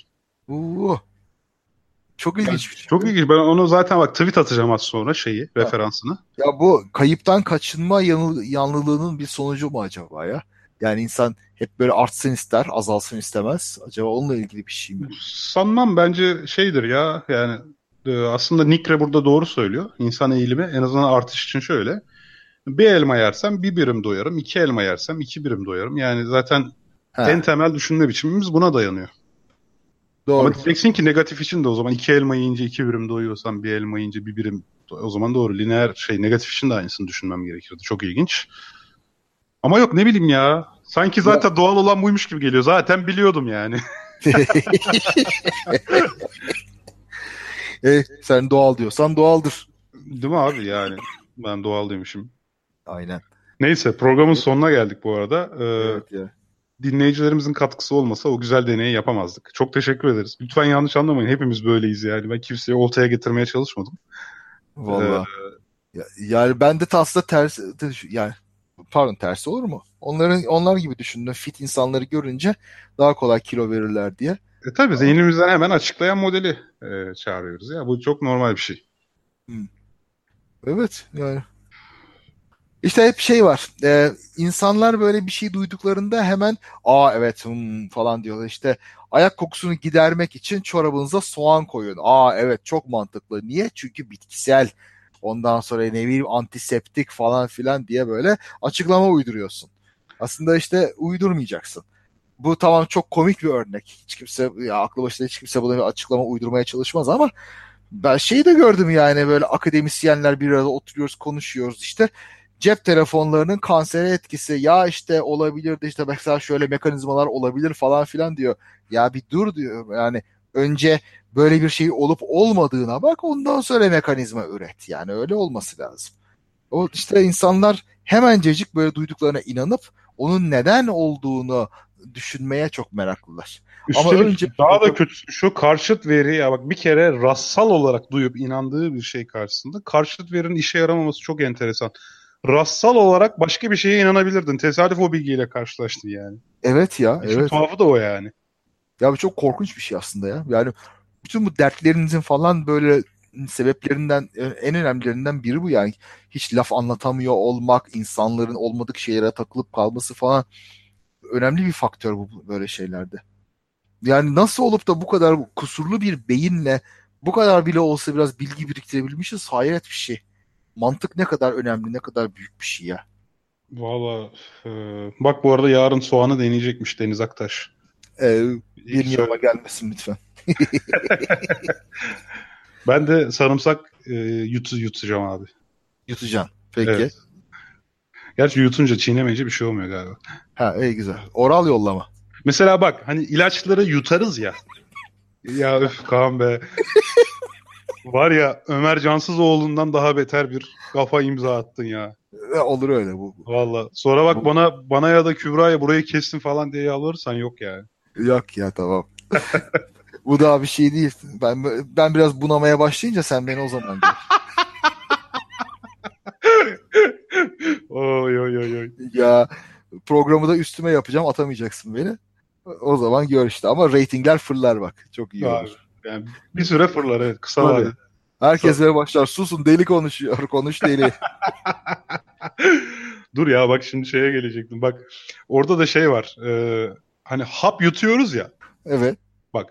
Çok Yani ilginç bir şey. çok ilginç. Ben onu zaten bak tweet atacağım az sonra referansını. Ya bu kayıptan kaçınma yanlılığının bir sonucu mu acaba ya? Yani insan hep böyle artsın ister, azalsın istemez. Acaba onunla ilgili bir şey mi? Sanmam, bence şeydir ya, yani aslında Nikre burada doğru söylüyor. İnsan eğilimi en azından artış için şöyle. Bir elma yersem bir birim doyarım. İki elma yersem iki birim doyarım. Yani zaten en temel düşünme biçimimiz buna dayanıyor. Doğru. Ama diyeceksin ki negatif için de o zaman iki elma yiyince iki birim doyuyorsan bir elma yiyince bir birim, o zaman doğru. Lineer negatif için de aynısını düşünmem gerekirdi. Çok ilginç. Ama yok, ne bileyim ya. Sanki zaten doğal olan buymuş gibi geliyor. Zaten biliyordum yani. Sen doğal diyorsan doğaldır. Değil mi abi yani? Ben doğal demişim. Aynen. Neyse, programın sonuna geldik bu arada. Evet ya. Dinleyicilerimizin katkısı olmasa o güzel deneyi yapamazdık. Çok teşekkür ederiz. Lütfen yanlış anlamayın. Hepimiz böyleyiz yani. Ben kimseyi oltaya getirmeye çalışmadım. Vallahi. Yani ben de aslında tersi, yani pardon, tersi olur mu? Onlar gibi düşündüm. Fit insanları görünce daha kolay kilo verirler diye. Tabii zihnimizden hemen açıklayan modeli çağırıyoruz ya. Bu çok normal bir şey. Evet yani. İşte hep şey var. İnsanlar böyle bir şey duyduklarında hemen evet falan diyorlar. İşte ayak kokusunu gidermek için çorabınıza soğan koyun. Evet, çok mantıklı. Niye? Çünkü bitkisel. Ondan sonra ne bileyim antiseptik falan filan diye böyle açıklama uyduruyorsun. Aslında işte uydurmayacaksın. Bu tamam, çok komik bir örnek. Hiç kimse, ya aklı başında hiç kimse buna bir açıklama uydurmaya çalışmaz ama ben şeyi de gördüm, yani böyle akademisyenler bir arada oturuyoruz, konuşuyoruz, işte cep telefonlarının kansere etkisi, ya işte olabilir de, işte mesela şöyle mekanizmalar olabilir falan filan diyor. Ya bir dur diyor, yani önce böyle bir şey olup olmadığına bak, ondan sonra mekanizma üret, yani öyle olması lazım. O işte insanlar hemencecik böyle duyduklarına inanıp onun neden olduğunu düşünmeye çok meraklılar. Ama önce Üstelik daha da kötüsü şu: karşıt veri, ya bak, bir kere rastsal olarak duyup inandığı bir şey karşısında karşıt verinin işe yaramaması çok enteresan. Rastsal olarak başka bir şeye inanabilirdin. Tesadüf o bilgiyle karşılaştın yani. evet ya, İşin evet. tuhafı da o yani. Ya bu çok korkunç bir şey aslında ya. Yani bütün bu dertlerinizin falan böyle sebeplerinden, en önemlilerinden biri bu yani. Hiç laf anlatamıyor olmak, insanların olmadık şeylere takılıp kalması falan önemli bir faktör bu böyle şeylerde. Yani nasıl olup da bu kadar kusurlu bir beyinle bu kadar bile olsa biraz bilgi biriktirebilmişiz, hayret bir şey. Mantık ne kadar önemli, ne kadar büyük bir şey ya. Valla bak, bu arada yarın soğanı deneyecekmiş Deniz Aktaş. Benim yanıma gelmesin lütfen. Ben de sarımsak yutacağım abi. Yutacaksın. Peki. Evet. Gerçi yutunca, çiğnemeyince bir şey olmuyor galiba. Ha, iyi güzel. Oral yollama. Mesela bak hani ilaçları yutarız ya. Ya öf Kaan be. Var ya Ömer Cansızoğlu'ndan daha beter bir kafa imza attın ya. Olur öyle bu. Valla. Sonra bak Bu bana ya da Kübra'ya burayı kestin falan diye yalvarırsan yok yani. yok ya, tamam. Bu daha bir şey değil. Ben biraz bunamaya başlayınca sen beni o zaman gör. Oy oy oy oy. Ya, programı da üstüme yapacağım, atamayacaksın beni. O zaman gör işte, ama reytingler fırlar bak. Çok iyi Abi, olur. yani bir süre fırlar evet kısa Tabii. vadede. Herkes böyle başlar. Susun, deli konuşuyor. Konuş deli. Dur ya bak şimdi şeye gelecektim. Bak orada da şey var. Hani hap yutuyoruz ya. Evet. Bak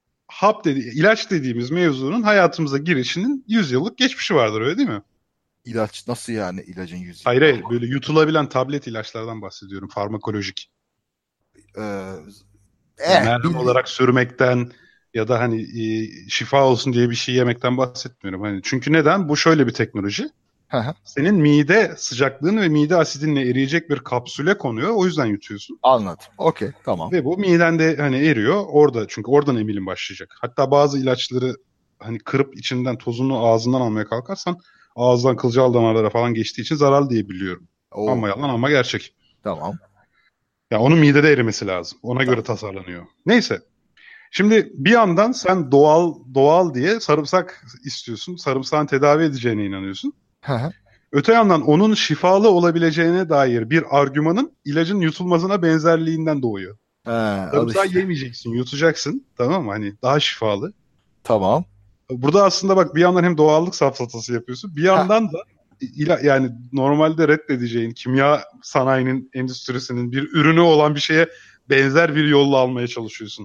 ilaç dediğimiz mevzunun hayatımıza girişinin 100 yıllık geçmişi vardır öyle değil mi? İlaç nasıl yani, ilacın yüzü? Hayır hayır böyle yutulabilen tablet ilaçlardan bahsediyorum farmakolojik. Ee, Yani merhem bildi. olarak sürmekten ya da hani şifa olsun diye bir şey yemekten bahsetmiyorum. Hani çünkü neden? Bu şöyle bir teknoloji. Hı hı. Senin mide sıcaklığını ve mide asidinle eriyecek bir kapsüle konuyor. O yüzden yutuyorsun. Anladım. Okey, tamam. Ve bu midende hani eriyor. Orada çünkü oradan emilim başlayacak. Hatta bazı ilaçları hani kırıp içinden tozunu ağzından almaya kalkarsan ağızdan kılcal damarlara falan geçtiği için zararlı diye biliyorum. Oo, Ama yalan ama gerçek. tamam. Ya onun midede erimesi lazım. Ona göre Tamam. tasarlanıyor. Neyse. Şimdi bir yandan sen doğal diye sarımsak istiyorsun. Sarımsağın tedavi edeceğine inanıyorsun. Hı hı. Öte yandan onun şifalı olabileceğine dair bir argümanın ilacın yutulmasına benzerliğinden doğuyor. Ha, al Sarımsağı işte. yemeyeceksin, yutacaksın. Tamam mı? Hani daha şifalı. Tamam. Burada aslında bak bir yandan hem doğallık safsatası yapıyorsun. Bir Ha, yandan da yani normalde reddedeceğin kimya sanayinin, endüstrisinin bir ürünü olan bir şeye benzer bir yolla almaya çalışıyorsun.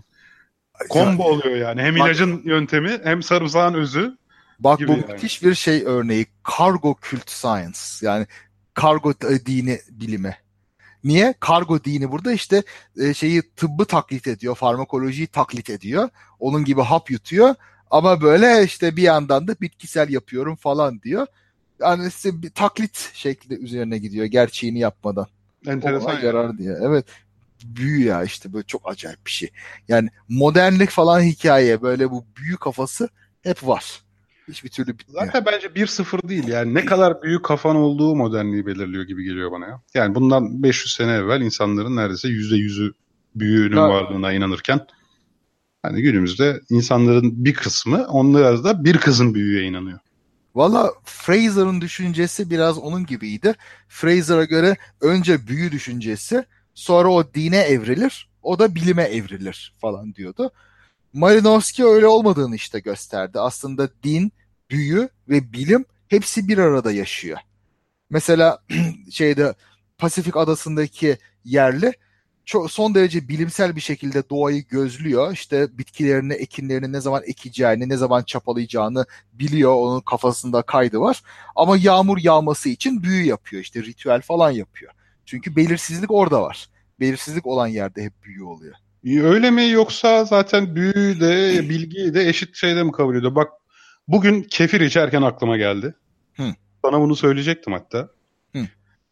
ya, Combo oluyor yani. Hem bak ilacın yöntemi hem sarımsağın özü bak, bu gibi yani. müthiş bir şey örneği. Cargo cult science. Yani kargo dini bilimi. Niye? Kargo dini burada işte şeyi, tıbbı taklit ediyor, farmakolojiyi taklit ediyor. Onun gibi hap yutuyor ama böyle işte bir yandan da bitkisel yapıyorum falan diyor. Yani işte bir taklit şekli üzerine gidiyor, gerçeğini yapmadan. O ona Enteresan yani. yarar diye. Evet, büyü ya, işte böyle çok acayip bir şey. Yani modernlik falan hikaye, böyle bu büyü kafası hep var. Hiçbir türlü bitmiyor. Zaten bence 1-0 değil yani ne kadar büyük kafan olduğu modernliği belirliyor gibi geliyor bana ya. Yani bundan 500 sene evvel insanların neredeyse %100'ü büyünün Ya, varlığına inanırken hani günümüzde insanların bir kısmı onlar da bir kızın büyüye inanıyor. valla Fraser'ın düşüncesi biraz onun gibiydi. Fraser'a göre önce büyü düşüncesi, sonra o dine evrilir, o da bilime evrilir falan diyordu. Malinowski öyle olmadığını işte gösterdi. Aslında din, büyü ve bilim hepsi bir arada yaşıyor. Mesela şeyde, Pasifik adasındaki yerli çok, son derece bilimsel bir şekilde doğayı gözlüyor. İşte bitkilerini, ekinlerini ne zaman ekeceğini, ne zaman çapalayacağını biliyor. Onun kafasında kaydı var. Ama yağmur yağması için büyü yapıyor. İşte ritüel falan yapıyor. Çünkü belirsizlik orada var. Belirsizlik olan yerde hep büyü oluyor. Öyle mi yoksa zaten büyüyü de bilgiyi de eşit şeyde mi kabul ediyor? Bak bugün kefir içerken aklıma geldi. Hı, Sana bunu söyleyecektim hatta. hı.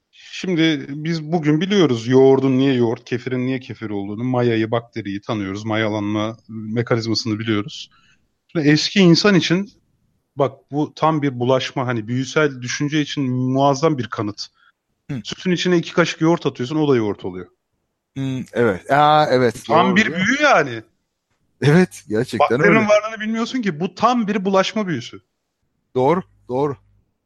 Şimdi biz bugün biliyoruz yoğurdun niye yoğurt, kefirin niye kefir olduğunu, mayayı, bakteriyi tanıyoruz, mayalanma mekanizmasını biliyoruz. Şimdi eski insan için bak bu tam bir bulaşma hani büyüsel düşünce için muazzam bir kanıt. Hı. Sütün içine 2 kaşık yoğurt atıyorsun o da yoğurt oluyor. Evet. Aa, evet, Tam doğru bir değil mi? büyü yani. Evet, gerçekten öyle. Bakterinin varlığını bilmiyorsun ki bu tam bir bulaşma büyüsü. Doğru, doğru.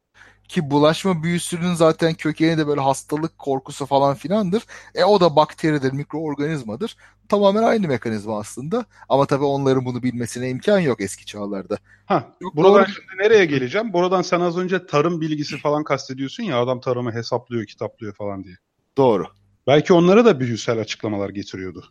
Ki bulaşma büyüsünün zaten kökeni de böyle hastalık korkusu falan filandır. O da bakteridir, mikroorganizmadır. Tamamen aynı mekanizma aslında. Ama tabii onların bunu bilmesine imkan yok eski çağlarda. Ha, Çok buradan doğru. şimdi nereye geleceğim? Buradan sen az önce tarım bilgisi falan kastediyorsun ya adam tarımı hesaplıyor, kitaplıyor falan diye. Doğru. Belki onlara da büyüsel açıklamalar getiriyordu.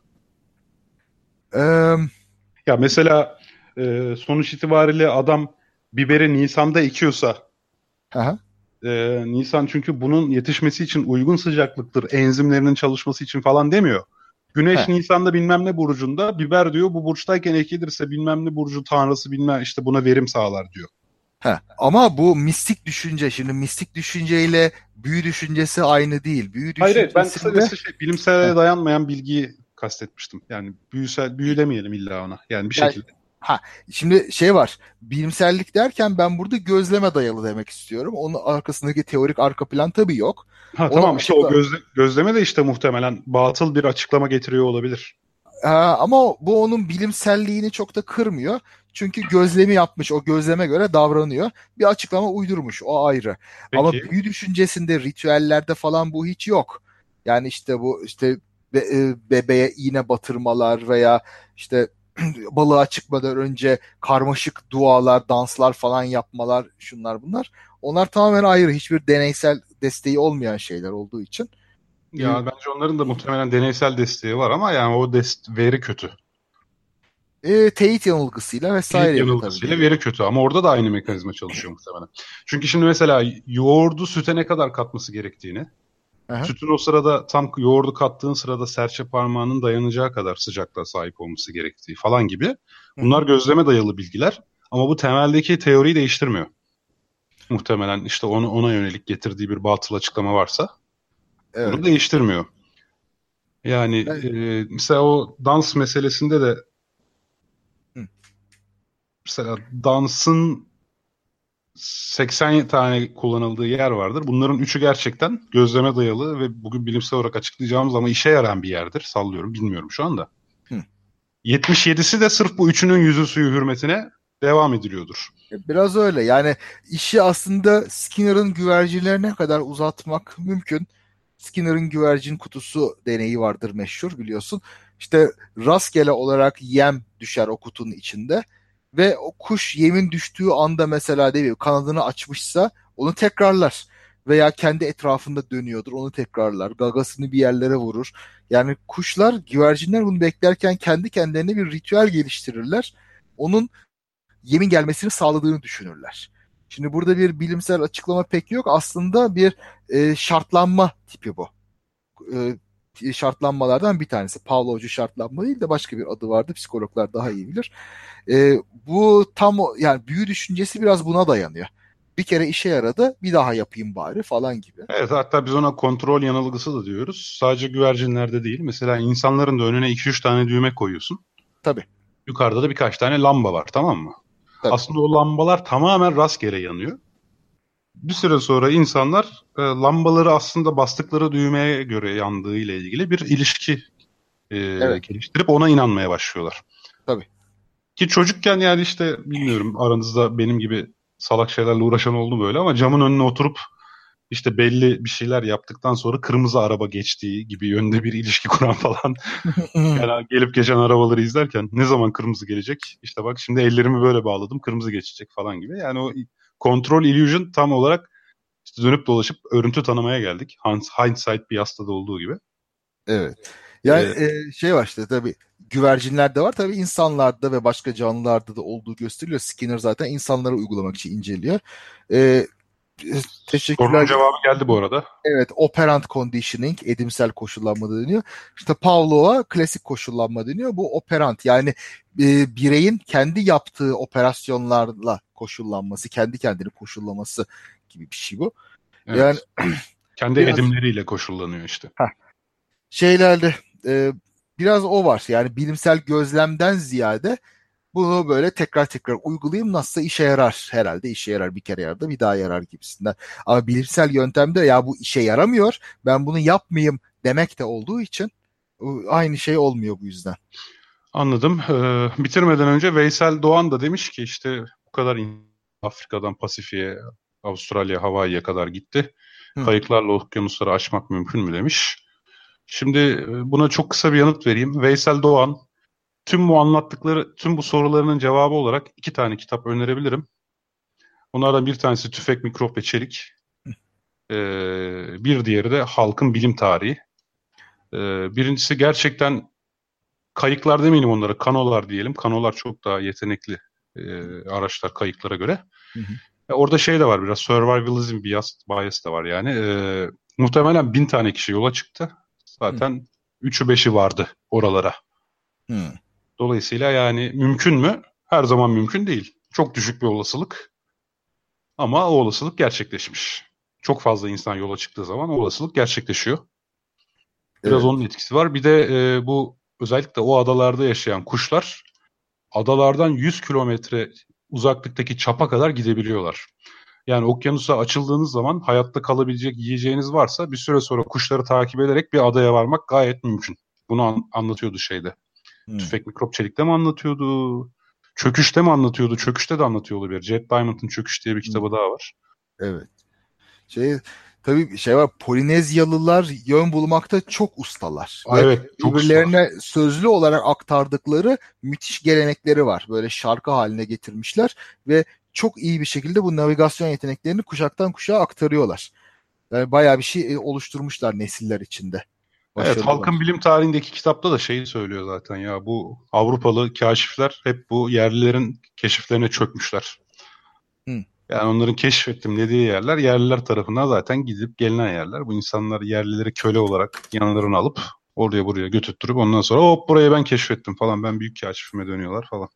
Ee, Ya mesela sonuç itibariyle adam biberi Nisan'da ekiyorsa aha, Nisan çünkü bunun yetişmesi için uygun sıcaklıktır, enzimlerinin çalışması için falan demiyor. Güneş ha, Nisan'da bilmem ne burcunda, biber diyor bu burçtayken ekilirse bilmem ne burcu tanrısı bilmem işte buna verim sağlar diyor. Ama bu mistik düşünce, şimdi mistik düşünceyle büyü düşüncesi aynı değil. Büyü Hayır, hayır, ben düşüncesinde kısacası bilimsel dayanmayan bilgiyi kastetmiştim. Yani büyü demeyelim illa ona. Yani bir yani, şekilde. ha şimdi şey var. Bilimsellik derken ben burada gözleme dayalı demek istiyorum. Onun arkasındaki teorik arka plan tabii yok. Ha Onu tamam, işte o açıkla. gözleme de işte muhtemelen batıl bir açıklama getiriyor olabilir. Ama bu onun bilimselliğini çok da kırmıyor. Çünkü gözlemi yapmış, o gözleme göre davranıyor. Bir açıklama uydurmuş, o ayrı. Ama Peki. büyü düşüncesinde, ritüellerde falan bu hiç yok. Yani işte bu işte bebeğe iğne batırmalar veya işte balığa çıkmadan önce karmaşık dualar, danslar falan yapmalar, şunlar bunlar. Onlar tamamen ayrı. Hiçbir deneysel desteği olmayan şeyler olduğu için. Ya bence onların da muhtemelen deneysel desteği var ama yani o veri kötü. Teyit yanılgısıyla Teyit vesaireyle tabii yanılgısıyla geliyor. veri kötü ama orada da aynı mekanizma çalışıyor muhtemelen. Çünkü şimdi mesela yoğurdu süte ne kadar katması gerektiğini, Aha. sütün o sırada tam yoğurdu kattığın sırada serçe parmağının dayanacağı kadar sıcaklığa sahip olması gerektiği falan gibi. Hı Bunlar hı. gözleme dayalı bilgiler ama bu temeldeki teoriyi değiştirmiyor. Muhtemelen işte ona yönelik getirdiği bir batıl açıklama varsa bunu Evet. değiştirmiyor. Yani Ben, mesela o dans meselesinde de hı. mesela dansın 80 tane kullanıldığı yer vardır. Bunların üçü gerçekten gözleme dayalı ve bugün bilimsel olarak açıklayacağımız ama işe yarayan bir yerdir. Sallıyorum, bilmiyorum şu anda. Hı. 77'si de sırf bu üçünün yüzü suyu hürmetine devam ediliyordur. Biraz öyle. Yani işi aslında Skinner'ın güvercinlerine kadar uzatmak mümkün. Skinner'ın güvercin kutusu deneyi vardır, meşhur biliyorsun. İşte rastgele olarak yem düşer o kutunun içinde ve o kuş yemin düştüğü anda mesela değil mi, kanadını açmışsa onu tekrarlar veya kendi etrafında dönüyordur, onu tekrarlar. Gagasını bir yerlere vurur. Yani kuşlar, güvercinler bunu beklerken kendi kendilerine bir ritüel geliştirirler. Onun yemin gelmesini sağladığını düşünürler. Şimdi burada bir bilimsel açıklama pek yok. Aslında bir şartlanma tipi bu. Şartlanmalardan bir tanesi. Pavlovcu şartlanma değil de başka bir adı vardı. Psikologlar daha iyi bilir. Bu tam yani büyü düşüncesi biraz buna dayanıyor. Bir kere işe yaradı, bir daha yapayım bari falan gibi. Evet, hatta biz ona kontrol yanılgısı da diyoruz. Sadece güvercinlerde değil. Mesela insanların da önüne 2-3 tane düğme koyuyorsun. Tabii, Yukarıda da birkaç tane lamba var, tamam mı? tabii. Aslında o lambalar tamamen rastgele yanıyor. Bir süre sonra insanlar lambaları aslında bastıkları düğmeye göre yandığı ile ilgili bir ilişki Evet, geliştirip ona inanmaya başlıyorlar. tabii. Ki çocukken yani işte bilmiyorum, aranızda benim gibi salak şeylerle uğraşan oldu böyle ama camın önüne oturup işte belli bir şeyler yaptıktan sonra kırmızı araba geçtiği gibi yönde bir ilişki kuran falan. Yani gelip geçen arabaları izlerken ne zaman kırmızı gelecek? İşte bak şimdi ellerimi böyle bağladım, kırmızı geçecek falan gibi. Yani o kontrol illusion tam olarak işte dönüp dolaşıp örüntü tanımaya geldik. Hindsight bir hastada olduğu gibi. Evet. Yani Ee, şey var işte tabii, güvercinlerde var, tabii insanlarda ve başka canlılarda da olduğu gösteriliyor. Skinner zaten insanlara uygulamak için inceliyor. E, Sorunun Teşekkürler. cevabı geldi bu arada. Evet, operant conditioning, edimsel koşullanma deniyor. İşte Pavlov'a klasik koşullanma deniyor. Bu operant, yani bireyin kendi yaptığı operasyonlarla koşullanması, kendi kendini koşullaması gibi bir şey bu. Yani Evet. Kendi biraz edimleriyle koşullanıyor işte. heh, şeylerde biraz o var. Yani bilimsel gözlemden ziyade bunu böyle tekrar tekrar uygulayayım, nasılsa işe yarar, herhalde işe yarar, bir kere yaradı bir daha yarar gibisinden. Ama bilimsel yöntemde ya bu işe yaramıyor, ben bunu yapmayayım demek de olduğu için aynı şey olmuyor bu yüzden. Anladım. Bitirmeden önce Veysel Doğan da demiş ki işte bu kadar Afrika'dan Pasifik'e, Avustralya, Hawaii'ye kadar gitti. Hı, Kayıklarla okyanusları aşmak mümkün mü demiş. Şimdi buna çok kısa bir yanıt vereyim. Veysel Doğan tüm bu anlattıkları, tüm bu sorularının cevabı olarak iki tane kitap önerebilirim. Bunlardan bir tanesi Tüfek, Mikrop ve Çelik. Bir diğeri de Halkın Bilim Tarihi. Birincisi gerçekten kayıklar demeyelim onlara, kanolar diyelim. Kanolar çok daha yetenekli araçlar kayıklara göre. hı, hı, Orada şey de var, biraz survivalism bias da var yani. Muhtemelen 1.000 tane kişi yola çıktı. hı, Zaten 3'ü 5'i vardı oralara. hı. Dolayısıyla yani mümkün mü? Her zaman mümkün değil. Çok düşük bir olasılık. Ama o olasılık gerçekleşmiş. Çok fazla insan yola çıktığı zaman o olasılık gerçekleşiyor. Biraz Evet. onun etkisi var. Bir de bu özellikle o adalarda yaşayan kuşlar adalardan 100 kilometre uzaklıktaki çapa kadar gidebiliyorlar. Yani okyanusa açıldığınız zaman hayatta kalabilecek yiyeceğiniz varsa bir süre sonra kuşları takip ederek bir adaya varmak gayet mümkün. Bunu anlatıyordu şeyde. Hmm. Tüfek Mikrop Çelik'te mi anlatıyordu? Çöküş'te mi anlatıyordu? Çöküş'te de anlatıyordu bir. Jet Diamond'ın Çöküş diye bir Hmm. kitabı daha var. Evet. Şey tabii şey var, Polinezyalılar yön bulmakta çok ustalar Aa, ve evet, çok ustalar. birbirlerine sözlü olarak aktardıkları müthiş gelenekleri var. Böyle şarkı haline getirmişler ve çok iyi bir şekilde bu navigasyon yeteneklerini kuşaktan kuşağa aktarıyorlar. Yani bayağı bir şey oluşturmuşlar nesiller içinde. Evet, halkın Başarılılar. bilim tarihindeki kitapta da şeyi söylüyor zaten ya. Bu Avrupalı kaşifler hep bu yerlilerin keşiflerine çökmüşler. Hı. Yani onların keşfettim dediği yerler yerliler tarafından zaten gidip gelinen yerler. Bu insanlar yerlileri köle olarak yanlarına alıp oraya buraya götürtürüp ondan sonra hop burayı ben keşfettim falan, ben büyük kaşifime dönüyorlar falan.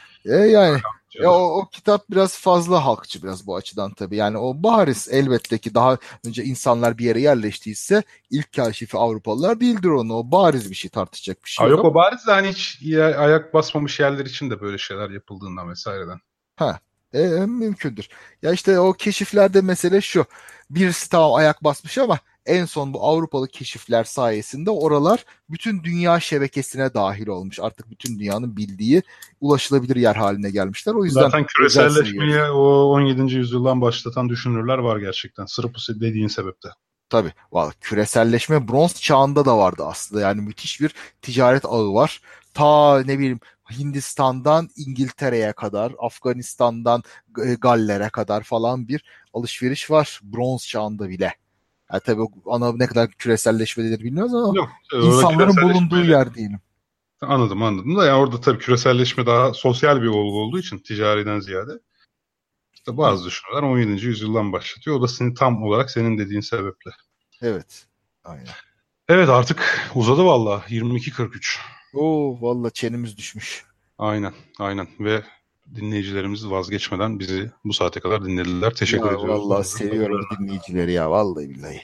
Yani Diyordu. o kitap biraz fazla halkçı biraz bu açıdan tabii. Yani o bariz elbette ki daha önce insanlar bir yere yerleştiyse ilk kaşifi Avrupalılar değildir onu. O bariz bir şey, tartışacak bir şey Ha, yok yok, ama o bariz de hani hiç ayak basmamış yerler için de böyle şeyler yapıldığından vesaireden. ha mümkündür. Ya işte o keşiflerde mesele şu. Birisi tamam ayak basmış ama en son bu Avrupalı keşifler sayesinde oralar bütün dünya şebekesine dahil olmuş. Artık bütün dünyanın bildiği ulaşılabilir yer haline gelmişler. O yüzden Zaten özel küreselleşmeyi sayıyoruz. o 17. yüzyıldan başlatan düşünürler var gerçekten. Sırf bu dediğin sebepte. Tabii. Vallahi küreselleşme bronz çağında da vardı aslında. Yani müthiş bir ticaret ağı var. Ta ne bileyim Hindistan'dan İngiltere'ye kadar, Afganistan'dan Galler'e kadar falan bir alışveriş var bronz çağında bile. Yani tabii ana ne kadar küreselleşme denir bilmiyoruz ama Yok, orada insanların bulunduğu küreselleşmeyle yer diyelim. anladım da yani orada tabii küreselleşme daha sosyal bir olgu olduğu için ticariden ziyade işte Hı, bazı düşünürler 17. yüzyıldan başlatıyor. O da senin tam olarak senin dediğin sebeple. evet. Aynen. Evet, artık uzadı valla 22.43. Oo vallahi çenemiz düşmüş. Aynen ve dinleyicilerimiz vazgeçmeden bizi bu saate kadar dinlediler. Ya Teşekkür ediyoruz vallahi onlara. seviyorum bu dinleyicileri ya vallahi billahi.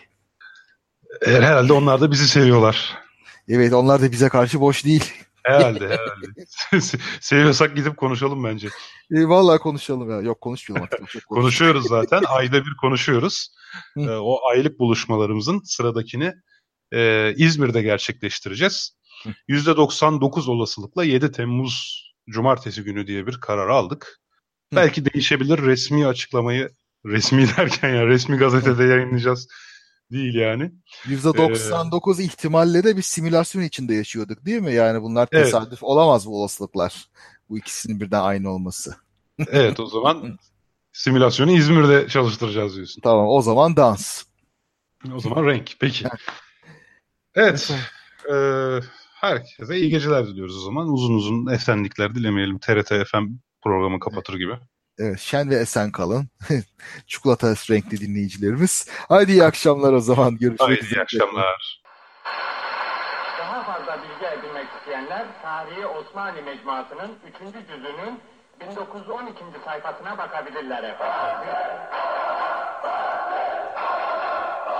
Herhalde onlar da bizi seviyorlar. Evet onlar da bize karşı boş değil. Herhalde. Seviyorsak gidip konuşalım bence. Vallahi konuşalım ya. Yok konuşmayalım artık. Çok konuştuk. Konuşuyoruz zaten. Ayda bir konuşuyoruz. Hı, O aylık buluşmalarımızın sıradakini İzmir'de gerçekleştireceğiz. hı, %99 olasılıkla 7 Temmuz Cumartesi günü diye bir karar aldık. hı, Belki değişebilir, resmi açıklamayı, resmi derken ya resmi hı. gazetede yayınlayacağız değil yani. Ee, %99 ihtimalle de bir simülasyon içinde yaşıyorduk değil mi? Yani bunlar evet, tesadüf olamaz bu olasılıklar. Bu ikisinin birden aynı olması. evet, o zaman simülasyonu İzmir'de çalıştıracağız diyorsun. Tamam o zaman dans. O zaman renk. Peki. Evet. Mesela, E, herkese iyi geceler diliyoruz o zaman. Uzun uzun efendilikler dilemeyelim. TRT FM programı kapatır gibi. evet, şen ve esen kalın. Çikolata renkli dinleyicilerimiz. Haydi iyi akşamlar o zaman. Görüşmek Haydi iyi üzere tekrar. akşamlar. Daha fazla bilgi edinmek isteyenler Tarihi Osmanlı Mecmuası'nın 3. cüzünün 1912. sayfasına bakabilirler efendim.